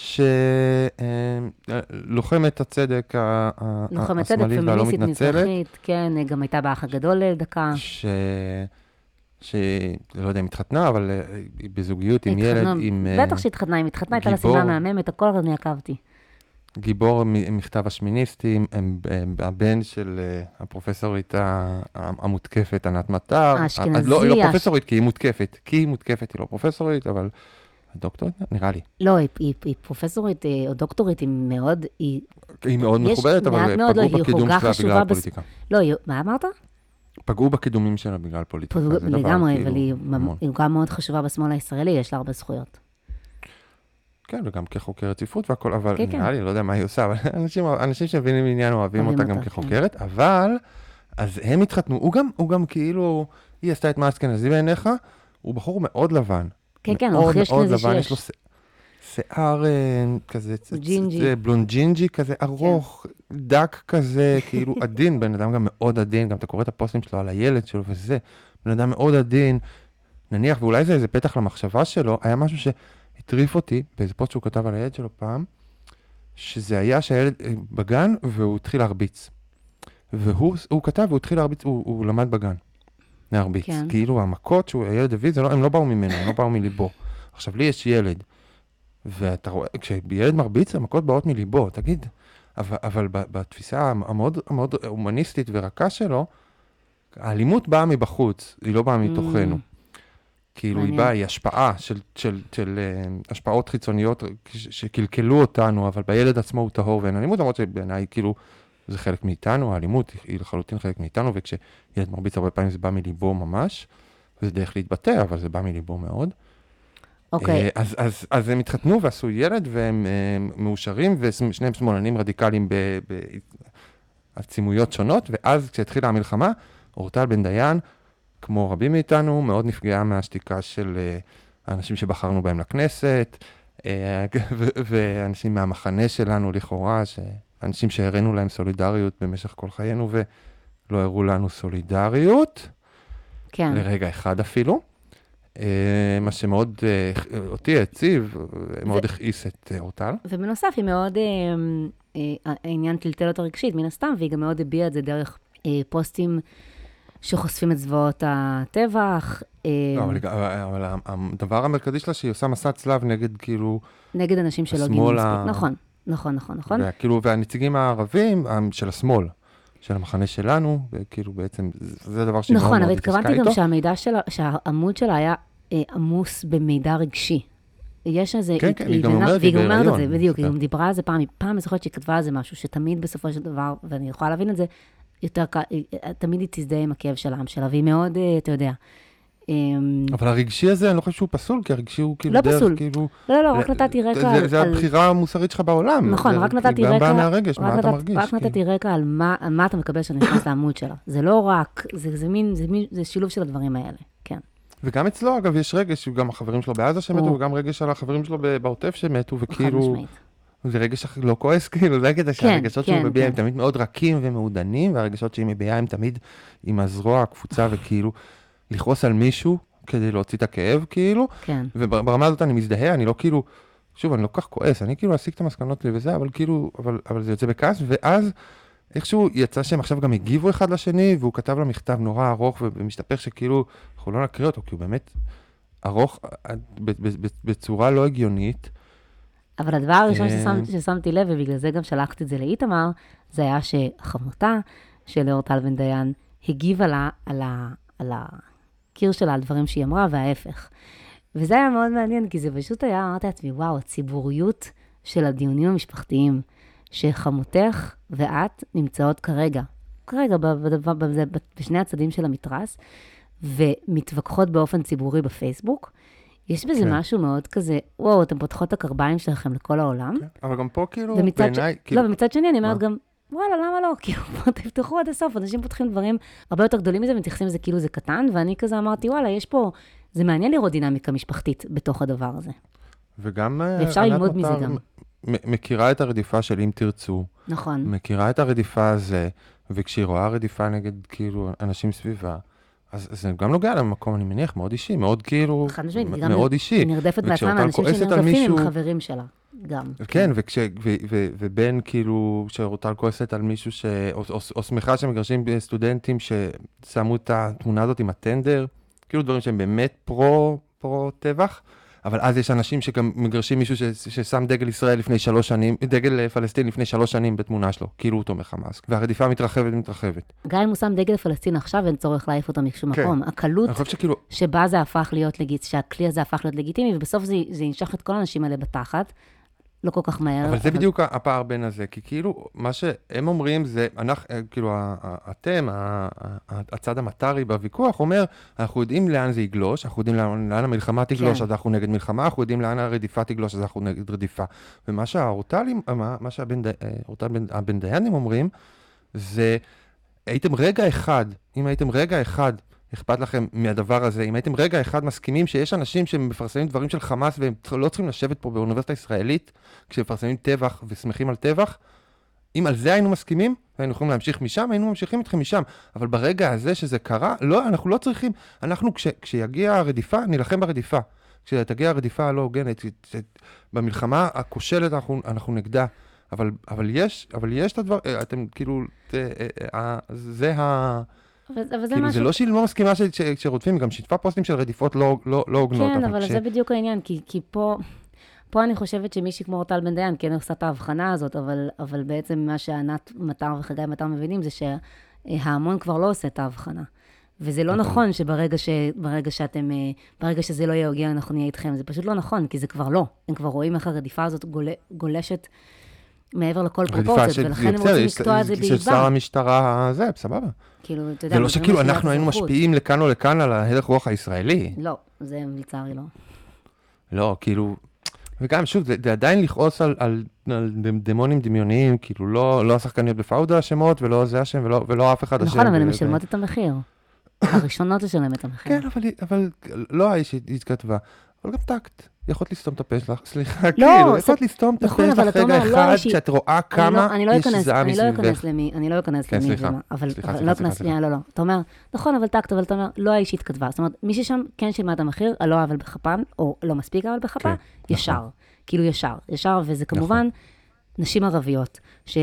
שלוחמת הצדק ה- ה- לוחמת צדק, השמאלית והלא פמיניסטית, מתנצלת, מזרחית, כן, uh, גם הייתה באח הגדול לדקה. ש... ש... לא יודע אם התחתנה, אבל אה, היא בזוגיות עם ילד, התחתנה- עם אה, בטח שהתחתנה, אם התחתנה, הייתה לה גיבור. שמלה מהממת, הכל אני עקבתי. גיבור מ- מכתב השמיניסטים, הם, הם, הבן של אה, הפרופסורית ה- המותקפת, ענת מטר. האשכנזי, אז לא, היא לא הש- פרופסורית, כי היא מותקפת. כי היא מותקפת, היא לא פרופסורית, אבל דוקטורית, נראה לי. לא, היא- היא היא פרופסורית אה, או דוקטורית, היא מאוד, היא, היא מאוד יש מכובדת, אבל מעט מאוד, לא, פגעו היא בקידום הוגה שלה חשובה בגלל בס- פוליטיקה. לא, היא- מה אמרת? פגעו בקידומים שלה בגלל פוליטיקה. זה דבר לגמרי, כאילו אבל היא המון. היא גם מאוד חשובה בשמאל הישראלי, יש לה הרבה זכויות. כן, וגם כחוקרת ספרות והכל, אבל כן, כן. נראה לי, לא יודע מה היא עושה, אבל אנשים, אנשים שמבינים עניין אוהבים אוהבים אותה גם אותה, כחוקרת, אבל, אז הם התחתנו, הוא גם, הוא גם כאילו, היא עשתה את מה אשכנזי בעיניך, הוא בחור מאוד לבן. כן, כן, מאוד הוא הכי מאוד אשכנזי לבן, שיש. יש לו ש- שיער אה, כזה, צ- צ- ג'ינג'י. זה בלונג'ינג'י כזה, ארוך, דק כזה, כאילו עדין, בן אדם גם מאוד עדין, גם אתה קורא את הפוסטים שלו על הילד שלו וזה, בן אדם מאוד עדין, נניח, ואולי זה איזה פתח למחשבה שלו, היה משהו שהטריף אותי, באיזה פוסט שהוא כתב על הילד שלו פעם, שזה היה שהילד אה, בגן, והוא התחיל להרביץ. והוא הוא כתב, והוא התחיל להרביץ, הוא, הוא למד בגן, להרביץ. כן. כאילו המכות שהוא הילד הביא, זה לא, הם לא באו ממנו, הם לא באו מליבו. עכשיו, לי יש ילד, ואתה רואה, כשילד מרביץ, המכות באות מליבו, תגיד, אבל, אבל ב- בתפיסה המאוד, המאוד הומניסטית ורכה שלו, האלימות באה מבחוץ, היא לא באה מתוכנו. כאילו, היא מעניין. באה, היא השפעה של, של, של אה, השפעות חיצוניות ש- שקלקלו אותנו, אבל בילד עצמו הוא טהור ואין אלימות, למרות שבעיניי, כאילו, זה חלק מאיתנו, האלימות היא לחלוטין חלק מאיתנו, וכשילד מרביץ הרבה פעמים זה בא מליבו ממש, וזה דרך להתבטא, אבל זה בא מליבו מאוד. אוקיי. אה, אז, אז, אז הם התחתנו ועשו ילד, והם אה, מאושרים, ושניהם שמאלנים רדיקליים בעצימויות שונות, ואז כשהתחילה המלחמה, אורטל בן דיין, כמו רבים מאיתנו, מאוד נפגעה מהשתיקה של אה, האנשים שבחרנו בהם לכנסת, אה, ו- ואנשים מהמחנה שלנו לכאורה, אנשים שהראינו להם סולידריות במשך כל חיינו, ולא הראו לנו סולידריות, כן. לרגע אחד אפילו. אה, מה שמאוד אה, אותי הציב, מאוד הכעיס את אה, אורטל. ובנוסף, היא מאוד, אה, אה, העניין טלטל אותה רגשית, מן הסתם, והיא גם מאוד הביעה את זה דרך אה, פוסטים שחושפים את זוועות הטבח. אה, לא, אבל, אבל הדבר המרכזי שלה שהיא עושה מסע צלב נגד כאילו... נגד אנשים שלא השמאל גינו מספיק. ה- נכון, נכון, נכון, נכון. וכאילו, והנציגים הערבים הם של השמאל, של המחנה שלנו, וכאילו בעצם זה דבר שהיא מאוד נכון, מאוד אבל התעסקה התכוונתי גם איתו. שהמידע שלה, שהעמוד שלה היה אה, עמוס במידע רגשי. יש איזה... כן, כן, היא גם אומרת, והיא היא גם אומרת את בהיריון. זה, בדיוק, היא כן. גם דיברה על זה פעם, פעם אני זוכרת שהיא כתבה על זה משהו, שתמיד בסופו של דבר, ואני יכולה להבין את זה, יותר קל, תמיד היא תזדהה עם הכאב של העם שלה, והיא מאוד, אה, אתה יודע, אמ, אבל הרגשי הזה, אני לא חושב שהוא פסול, כי הרגשי הוא כאילו לא דרך, פסול. כאילו... לא, לא, רק זה- נתתי רקע זה- על... זה על- הבחירה המוסרית שלך בעולם. נכון, זה רק כאילו נתתי גם רקע... בא מהרגש, רק מה אתה נתת- מרגיש. רק כאילו. נתתי רקע על מה על מה אתה מקבל כשאתה נכנס לעמוד שלה. זה לא רק, זה זה מין, זה מין, זה שילוב של הדברים האלה, כן. וגם אצלו, אגב, יש רגש, גם החברים שלו בעזה שמתו, או. וגם רגש על החברים שלו ב- בעוטף שמתו, חד וכאילו... משמעית. זה רגש הכי לא כועס, כאילו, זה הקטע שהרגשות שהוא כן, מביע הם כן. תמיד מאוד רכים ומעודנים, והרגשות שהיא מביעה הם תמיד עם הזרוע הקפוצה, וכאילו, לכעוס על מישהו כדי להוציא את הכאב, כאילו, כן. וברמה הזאת אני מזדהה, אני לא כאילו, שוב, אני לא כל כך כועס, אני כאילו אסיק את המסקנות לי וזה, אבל כאילו, אבל, אבל זה יוצא בכעס, ואז איכשהו יצא שהם עכשיו גם הגיבו אחד לשני, והוא כתב לה מכתב נורא ארוך ומשתפך שכאילו, אנחנו לא נקריא אותו, כי הוא באמת ארוך עד- ב- ב- ב- בצורה לא הגיונית. אבל הדבר הראשון אה, ששמתי, ששמתי לב, ובגלל זה גם שלחתי את זה לאיתמר, זה היה שחמותה של אורטל בן דיין הגיבה לה על, ה, על הקיר שלה, על דברים שהיא אמרה, וההפך. וזה היה מאוד מעניין, כי זה פשוט היה, אמרתי לעצמי, וואו, הציבוריות של הדיונים המשפחתיים, שחמותך ואת נמצאות כרגע, כרגע בדבר, בזה, בשני הצדים של המתרס, ומתווכחות באופן ציבורי בפייסבוק, יש בזה כן. משהו מאוד כזה, וואו, אתם פותחות את הקרביים שלכם לכל העולם. אבל גם פה כאילו, ומצד ש... בעיניי, כאילו, לא, ומצד שני אני אומרת מה? גם, וואלה, למה לא? כאילו, בוא תפתחו עד הסוף, אנשים פותחים דברים הרבה יותר גדולים מזה, מתייחסים לזה כאילו זה קטן, ואני כזה אמרתי, וואלה, יש פה, זה מעניין לראות דינמיקה משפחתית בתוך הדבר הזה. וגם ואפשר ענת ללמוד מזה מטר גם. מ- מכירה את הרדיפה של אם תרצו, נכון. מכירה את הרדיפה הזה, וכשהיא רואה רדיפה נגד כאילו אנשים סביבה, אז אז זה גם נוגע למקום, אני מניח, מאוד אישי, מאוד כאילו, חד משמעית, מ- היא גם מאוד אישי. היא נרדפת בעצמה וכשאורטל מאנשים כועסת על שנרדפים עם מישהו- חברים שלה, גם. כן, וכש, ו, ו, ובין כאילו, שאורטל כועסת על מישהו ש... או, או, או שמחה שמגרשים סטודנטים ששמו את התמונה הזאת עם הטנדר, כאילו דברים שהם באמת פרו, פרו טבח, אבל אז יש אנשים שגם מגרשים מישהו ש, ששם דגל ישראל לפני שלוש שנים, דגל פלסטין לפני שלוש שנים בתמונה שלו, כאילו הוא תומך חמאס, והרדיפה מתרחבת ומתרחבת. גם אם הוא שם דגל פלסטין עכשיו, אין צורך להעיף אותו משום כן. מקום. הקלות אני חושב שכאילו, שבה זה הפך להיות לגיט, שהכלי הזה הפך להיות לגיטימי, ובסוף זה, זה ינשך את כל האנשים האלה בתחת, לא כל כך מהר. אבל זה בדיוק הפער בין הזה, כי כאילו, מה שהם אומרים זה, אנחנו, כאילו, ה- ה- אתם, ה- ה- הצד המטרי בוויכוח אומר, אנחנו יודעים לאן זה יגלוש, אנחנו יודעים לאן, לאן המלחמה תגלוש, כן. אז אנחנו נגד מלחמה, אנחנו יודעים לאן הרדיפה תגלוש, אז אנחנו נגד רדיפה. ומה שהאורטלים, מה, מה שהבן די- אורטל בן- הבן דיינים אומרים, זה, הייתם רגע אחד, אם הייתם רגע אחד, אכפת לכם מהדבר הזה, אם הייתם רגע אחד מסכימים שיש אנשים שמפרסמים דברים של חמאס והם לא צריכים לשבת פה באוניברסיטה הישראלית כשמפרסמים טבח ושמחים על טבח, אם על זה היינו מסכימים והיינו יכולים להמשיך משם, היינו ממשיכים איתכם משם. אבל ברגע הזה שזה קרה, לא, אנחנו לא צריכים, אנחנו כש, כשיגיע הרדיפה, נלחם ברדיפה. כשתגיע הרדיפה הלא הוגנת, כש- במלחמה הכושלת אנחנו, אנחנו נגדה. אבל, אבל יש, אבל יש את הדבר, אתם כאילו, זה, זה ה... אבל, אבל זה כאילו, משהו... זה לא שהיא לא מסכימה ש- ש- שרודפים, היא גם שיתפה פוסטים של רדיפות לא, לא, לא הוגנות. כן, אבל כש- זה בדיוק העניין, כי, כי פה, פה אני חושבת שמישהי כמו אורטל בן דיין כן עושה את ההבחנה הזאת, אבל, אבל בעצם מה שענת מטר וחגי מטר מבינים זה שההמון כבר לא עושה את ההבחנה. וזה לא נכון שברגע ש, ברגע שאתם, ברגע שזה לא יהיה הוגן, אנחנו נהיה איתכם. זה פשוט לא נכון, כי זה כבר לא. הם כבר רואים איך הרדיפה הזאת גול, גולשת מעבר לכל פרופורציות, ולכן הם רוצים לקטוע את זה באיבה. של שר המשטרה, זה, בסבבה. כאילו, אתה יודע, זה לא שכאילו אנחנו היינו משפיעים לכאן או לכאן על ההלך רוח הישראלי. לא, זה לצערי לא. לא, כאילו, וגם שוב, זה, זה עדיין לכעוס על, על, על דמונים דמיוניים, כאילו לא, לא השחקניות בפאודה השמות, ולא זה השם, ולא, ולא אף אחד השם. נכון, אבל הן משלמות את המחיר. הראשונות לשלם את המחיר. כן, אבל, אבל לא האיש התכתבה, אבל גם טקט. יכולת לסתום את הפה שלך, סליחה, כאילו, יכולת לסתום את הפה שלך רגע אחד, שאת רואה כמה יש זעה מסביבך. אני לא אכנס למי, אני לא אכנס למי, אבל לא אכנס, לא, לא, אתה אומר, נכון, אבל טקט, אבל אתה אומר, לא האיש התכתבה. זאת אומרת, מי ששם כן שילמה את המחיר, הלא אבל בחפן, או לא מספיק אבל בחפה, ישר, כאילו ישר, ישר, וזה כמובן נשים ערביות,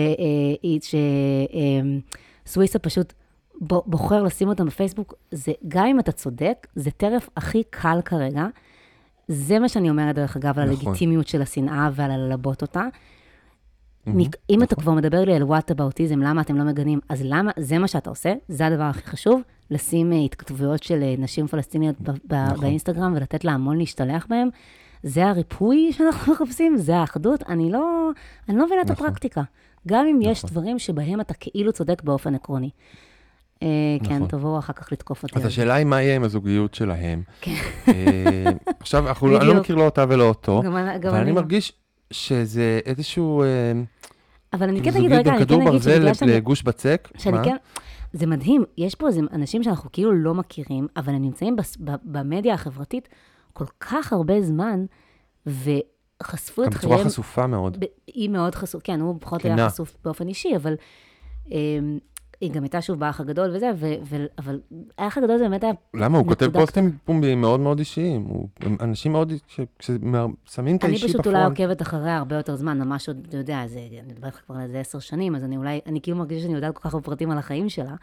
שסוויסה פשוט בוחר לשים אותם בפייסבוק, זה גם אם אתה צודק, זה טרף הכי קל כרגע, זה מה שאני אומרת, דרך אגב, על הלגיטימיות של השנאה ועל הללבות אותה. אם אתה כבר מדבר לי על וואטאבאוטיזם, למה אתם לא מגנים, אז למה, זה מה שאתה עושה, זה הדבר הכי חשוב, לשים התכתבויות של נשים פלסטיניות באינסטגרם, ולתת לה המון להשתלח בהם, זה הריפוי שאנחנו מחפשים, זה האחדות, אני לא, אני לא מבינה את הפרקטיקה. גם אם יש דברים שבהם אתה כאילו צודק באופן עקרוני. כן, תבואו אחר כך לתקוף אותי. אז השאלה היא מה יהיה עם הזוגיות שלהם. עכשיו, אני לא מכיר לא אותה ולא אותו, אבל אני מרגיש שזה איזשהו... אבל אני כן אגיד, רגע, אני כן אגיד שבגלל שאני... לגוש בצק. שאני כן... זה מדהים, יש פה אנשים שאנחנו כאילו לא מכירים, אבל הם נמצאים במדיה החברתית כל כך הרבה זמן, וחשפו את חייהם... גם בצורה חשופה מאוד. היא מאוד חשופה, כן, הוא פחות היה חשוף באופן אישי, אבל... היא גם הייתה שוב באח הגדול וזה, אבל האח הגדול זה באמת היה... למה? הוא כותב פוסטים פומביים מאוד מאוד אישיים. אנשים מאוד, ששמים את האישי בפרונט. אני פשוט אולי עוקבת אחריה הרבה יותר זמן, ממש עוד, אתה יודע, אני מדברת לך כבר על זה עשר שנים, אז אני אולי, אני כאילו מרגישה שאני יודעת כל כך בפרטים על החיים שלה.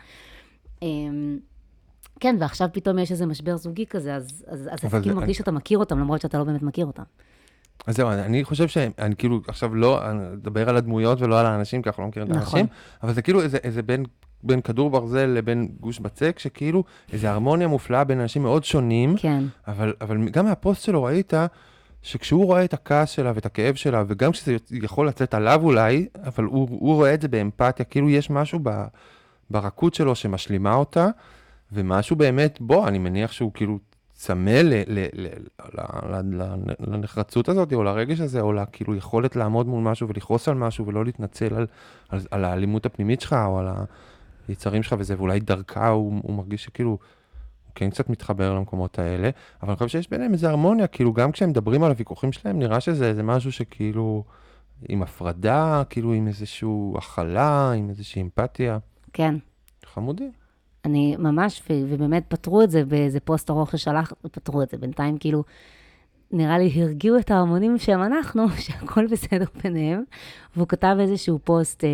כן, ועכשיו פתאום יש איזה משבר זוגי כזה, אז אתה כאילו מרגיש שאתה מכיר אותם, למרות שאתה לא באמת מכיר אותם. אז זהו, אני חושב שאני כאילו, עכשיו לא, אני אדבר על הדמויות ולא על האנשים, כי אנחנו לא מכירים את האנשים, אבל זה כאילו איזה בין, בין כדור ברזל לבין גוש בצק, שכאילו איזו הרמוניה מופלאה בין אנשים מאוד שונים, כן. אבל, אבל גם מהפוסט שלו ראית, שכשהוא רואה את הכעס שלה ואת הכאב שלה, וגם כשזה יכול לצאת עליו אולי, אבל הוא, הוא רואה את זה באמפתיה, כאילו יש משהו ב, ברכות שלו שמשלימה אותה, ומשהו באמת, בוא, אני מניח שהוא כאילו, צמא לנחרצות הזאת, או לרגש הזה, או כאילו יכולת לעמוד מול משהו ולכעוס על משהו, ולא להתנצל על, על, על האלימות הפנימית שלך, או על היצרים שלך וזה, ואולי דרכה הוא, הוא מרגיש שכאילו, הוא כן קצת מתחבר למקומות האלה, אבל אני חושב שיש ביניהם איזו הרמוניה, כאילו גם כשהם מדברים על הוויכוחים שלהם, נראה שזה זה משהו שכאילו, עם הפרדה, כאילו עם איזשהו הכלה, עם איזושהי אמפתיה. כן. חמודי. אני ממש, ובאמת פתרו את זה באיזה פוסט ארוך ששלח, פתרו את זה. בינתיים כאילו, נראה לי הרגיעו את ההמונים שהם אנחנו, שהכל בסדר ביניהם, והוא כתב איזשהו פוסט אה,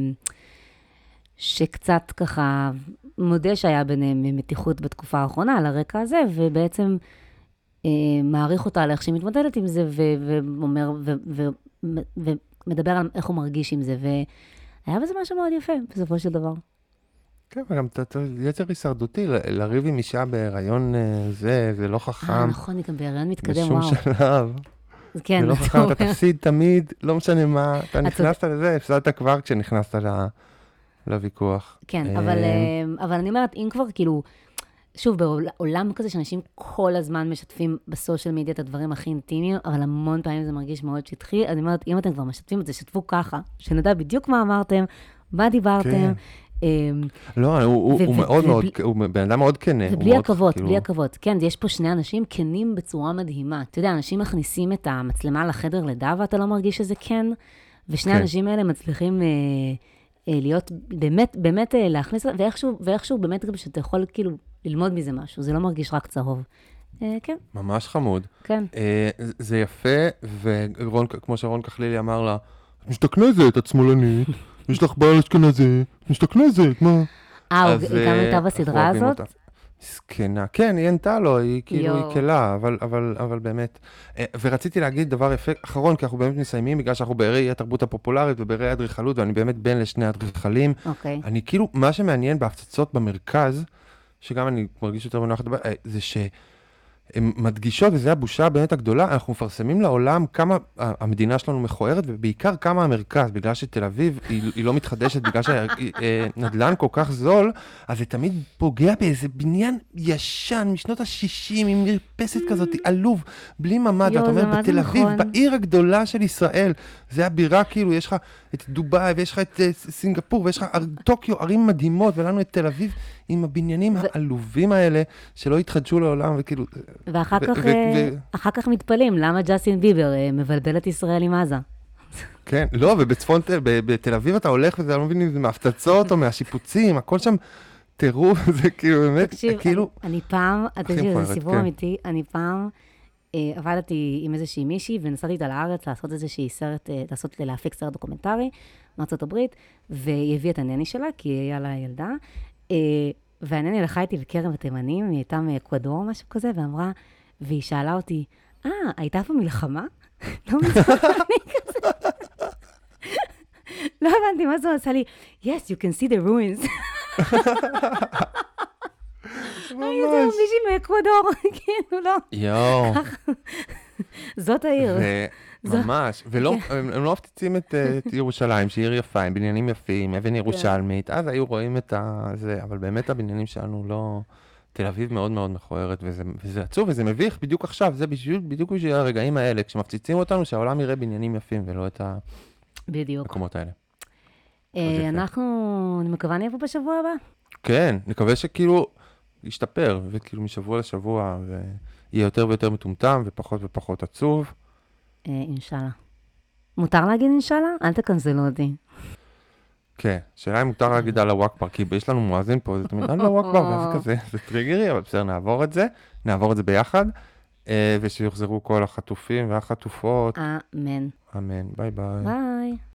שקצת ככה מודה שהיה ביניהם מתיחות בתקופה האחרונה על הרקע הזה, ובעצם אה, מעריך אותה על איך שהיא מתמודדת עם זה, ואומר, ומדבר על איך הוא מרגיש עם זה, והיה בזה משהו מאוד יפה, בסופו של דבר. כן, וגם יצר הישרדותי, לריב עם אישה בהיריון זה, זה לא חכם. אה, נכון, גם בהיריון מתקדם, וואו. בשום שלב. כן, זה לא חכם, אתה תפסיד תמיד, לא משנה מה, אתה נכנסת לזה, הפסדת כבר כשנכנסת לוויכוח. כן, אבל אני אומרת, אם כבר כאילו, שוב, בעולם כזה שאנשים כל הזמן משתפים בסושיאל מדיה את הדברים הכי אינטימיים, אבל המון פעמים זה מרגיש מאוד שטחי, אז אני אומרת, אם אתם כבר משתפים את זה, שתפו ככה, שנדע בדיוק מה אמרתם, מה דיברתם, לא, הוא מאוד מאוד, הוא בן אדם מאוד כנה. ובלי עכבות, בלי עכבות. כן, יש פה שני אנשים כנים בצורה מדהימה. אתה יודע, אנשים מכניסים את המצלמה לחדר לידה, ואתה לא מרגיש שזה כן, ושני האנשים האלה מצליחים להיות, באמת, באמת להכניס, ואיכשהו באמת גם שאתה יכול כאילו ללמוד מזה משהו, זה לא מרגיש רק צהוב. כן. ממש חמוד. כן. זה יפה, וכמו שרון כחלילי אמר לה, את משתכנזת, את שמאלנית. יש לך בעל אשכנזי, משתכנזת, מה? אה, היא גם הייתה בסדרה הזאת? סקנה. כן, היא ענתה לו, היא כאילו, היא קלה, אבל, אבל, אבל באמת. ורציתי להגיד דבר יפה, אחרון, כי אנחנו באמת מסיימים, בגלל שאנחנו בערי התרבות הפופולרית ובערי האדריכלות, ואני באמת בן לשני האדריכלים. אוקיי. אני כאילו, מה שמעניין בהפצצות במרכז, שגם אני מרגיש יותר בנוח לדבר, אה, זה שהן מדגישות, וזו הבושה באמת הגדולה, אנחנו מפרסמים לעולם כמה המדינה שלנו מכוערת, ובעיקר כמה המרכז, בגלל שתל אביב היא, היא לא מתחדשת, בגלל שנדל"ן כל כך זול, אז זה תמיד פוגע באיזה בניין ישן משנות ה-שישים, עם מרפסת כזאת, עלוב, בלי ממד, יו, ואתה זה אומר, מה זה בתל אביב, נכון. בעיר הגדולה של ישראל, זה הבירה, כאילו, יש לך את דובאי, ויש לך את אה, סינגפור, ויש לך ער- טוקיו, ערים מדהימות, ולנו את תל אביב, עם הבניינים העלובים האלה, שלא התחדשו לעולם, וכאילו... ואחר ו- כך, ו- אה, ו- אחר כך מתפלאים, למה ג'סטין ביבר אה, מבלבל את ישראל עם עזה? כן, לא, ובצפון, תל- ב- בתל אביב אתה הולך, וזה לא מבין אם זה מהפצצות או מהשיפוצים, הכל שם טירוף, זה כאילו באמת, תקשיב, כאילו... אני, אני פעם, אתה יודע, מכוערת, זה סיפור כן. אמיתי, אני פעם אה, עבדתי עם איזושהי מישהי, ונסעתי איתה לארץ לעשות איזושהי סרט, אה, לעשות, להפיק סרט דוקומנטרי מארצות הברית, והיא הביאה את הנני שלה, כי היה לה ילדה, אה, והנני לקחה איתי בכרם התימנים, היא הייתה מאקוודור או משהו כזה, ואמרה, והיא שאלה אותי, אה, הייתה פה מלחמה? לא מזמן, אני כזה... לא הבנתי מה זה עשה לי, yes, you can see the ruins. אני יודעת, מישהי מאקוודור, כאילו, לא. יואו, זאת העיר. זה ממש, ולא, הם הם לא מפציצים את אה, את ירושלים, שהיא עיר יפה, עם בניינים יפים, אבן ירושלמית, אז היו רואים את זה, אבל באמת הבניינים שלנו לא... תל אביב מאוד מאוד מכוערת, וזה, וזה עצוב, וזה מביך בדיוק עכשיו, זה בדיוק, בדיוק בשביל הרגעים האלה, כשמפציצים אותנו, שהעולם יראה בניינים יפים, ולא את בדיוק. המקומות האלה. אה, יפה. אנחנו, אני מקווה נהיה פה בשבוע הבא. כן, נקווה שכאילו ישתפר, וכאילו משבוע לשבוע, ויהיה יותר ויותר מטומטם, ופחות ופחות עצוב. אה, אינשאללה. מותר להגיד אינשאללה? אל תקנזלו אותי. כן, שאלה אם מותר להגיד על הוואקבר, כי יש לנו מואזין פה, זה תמיד על הוואקבר, וזה כזה, זה טריגרי, אבל בסדר, נעבור את זה, נעבור את זה ביחד, אה, ושיוחזרו כל החטופים והחטופות, אמן. אמן, ביי ביי. ביי.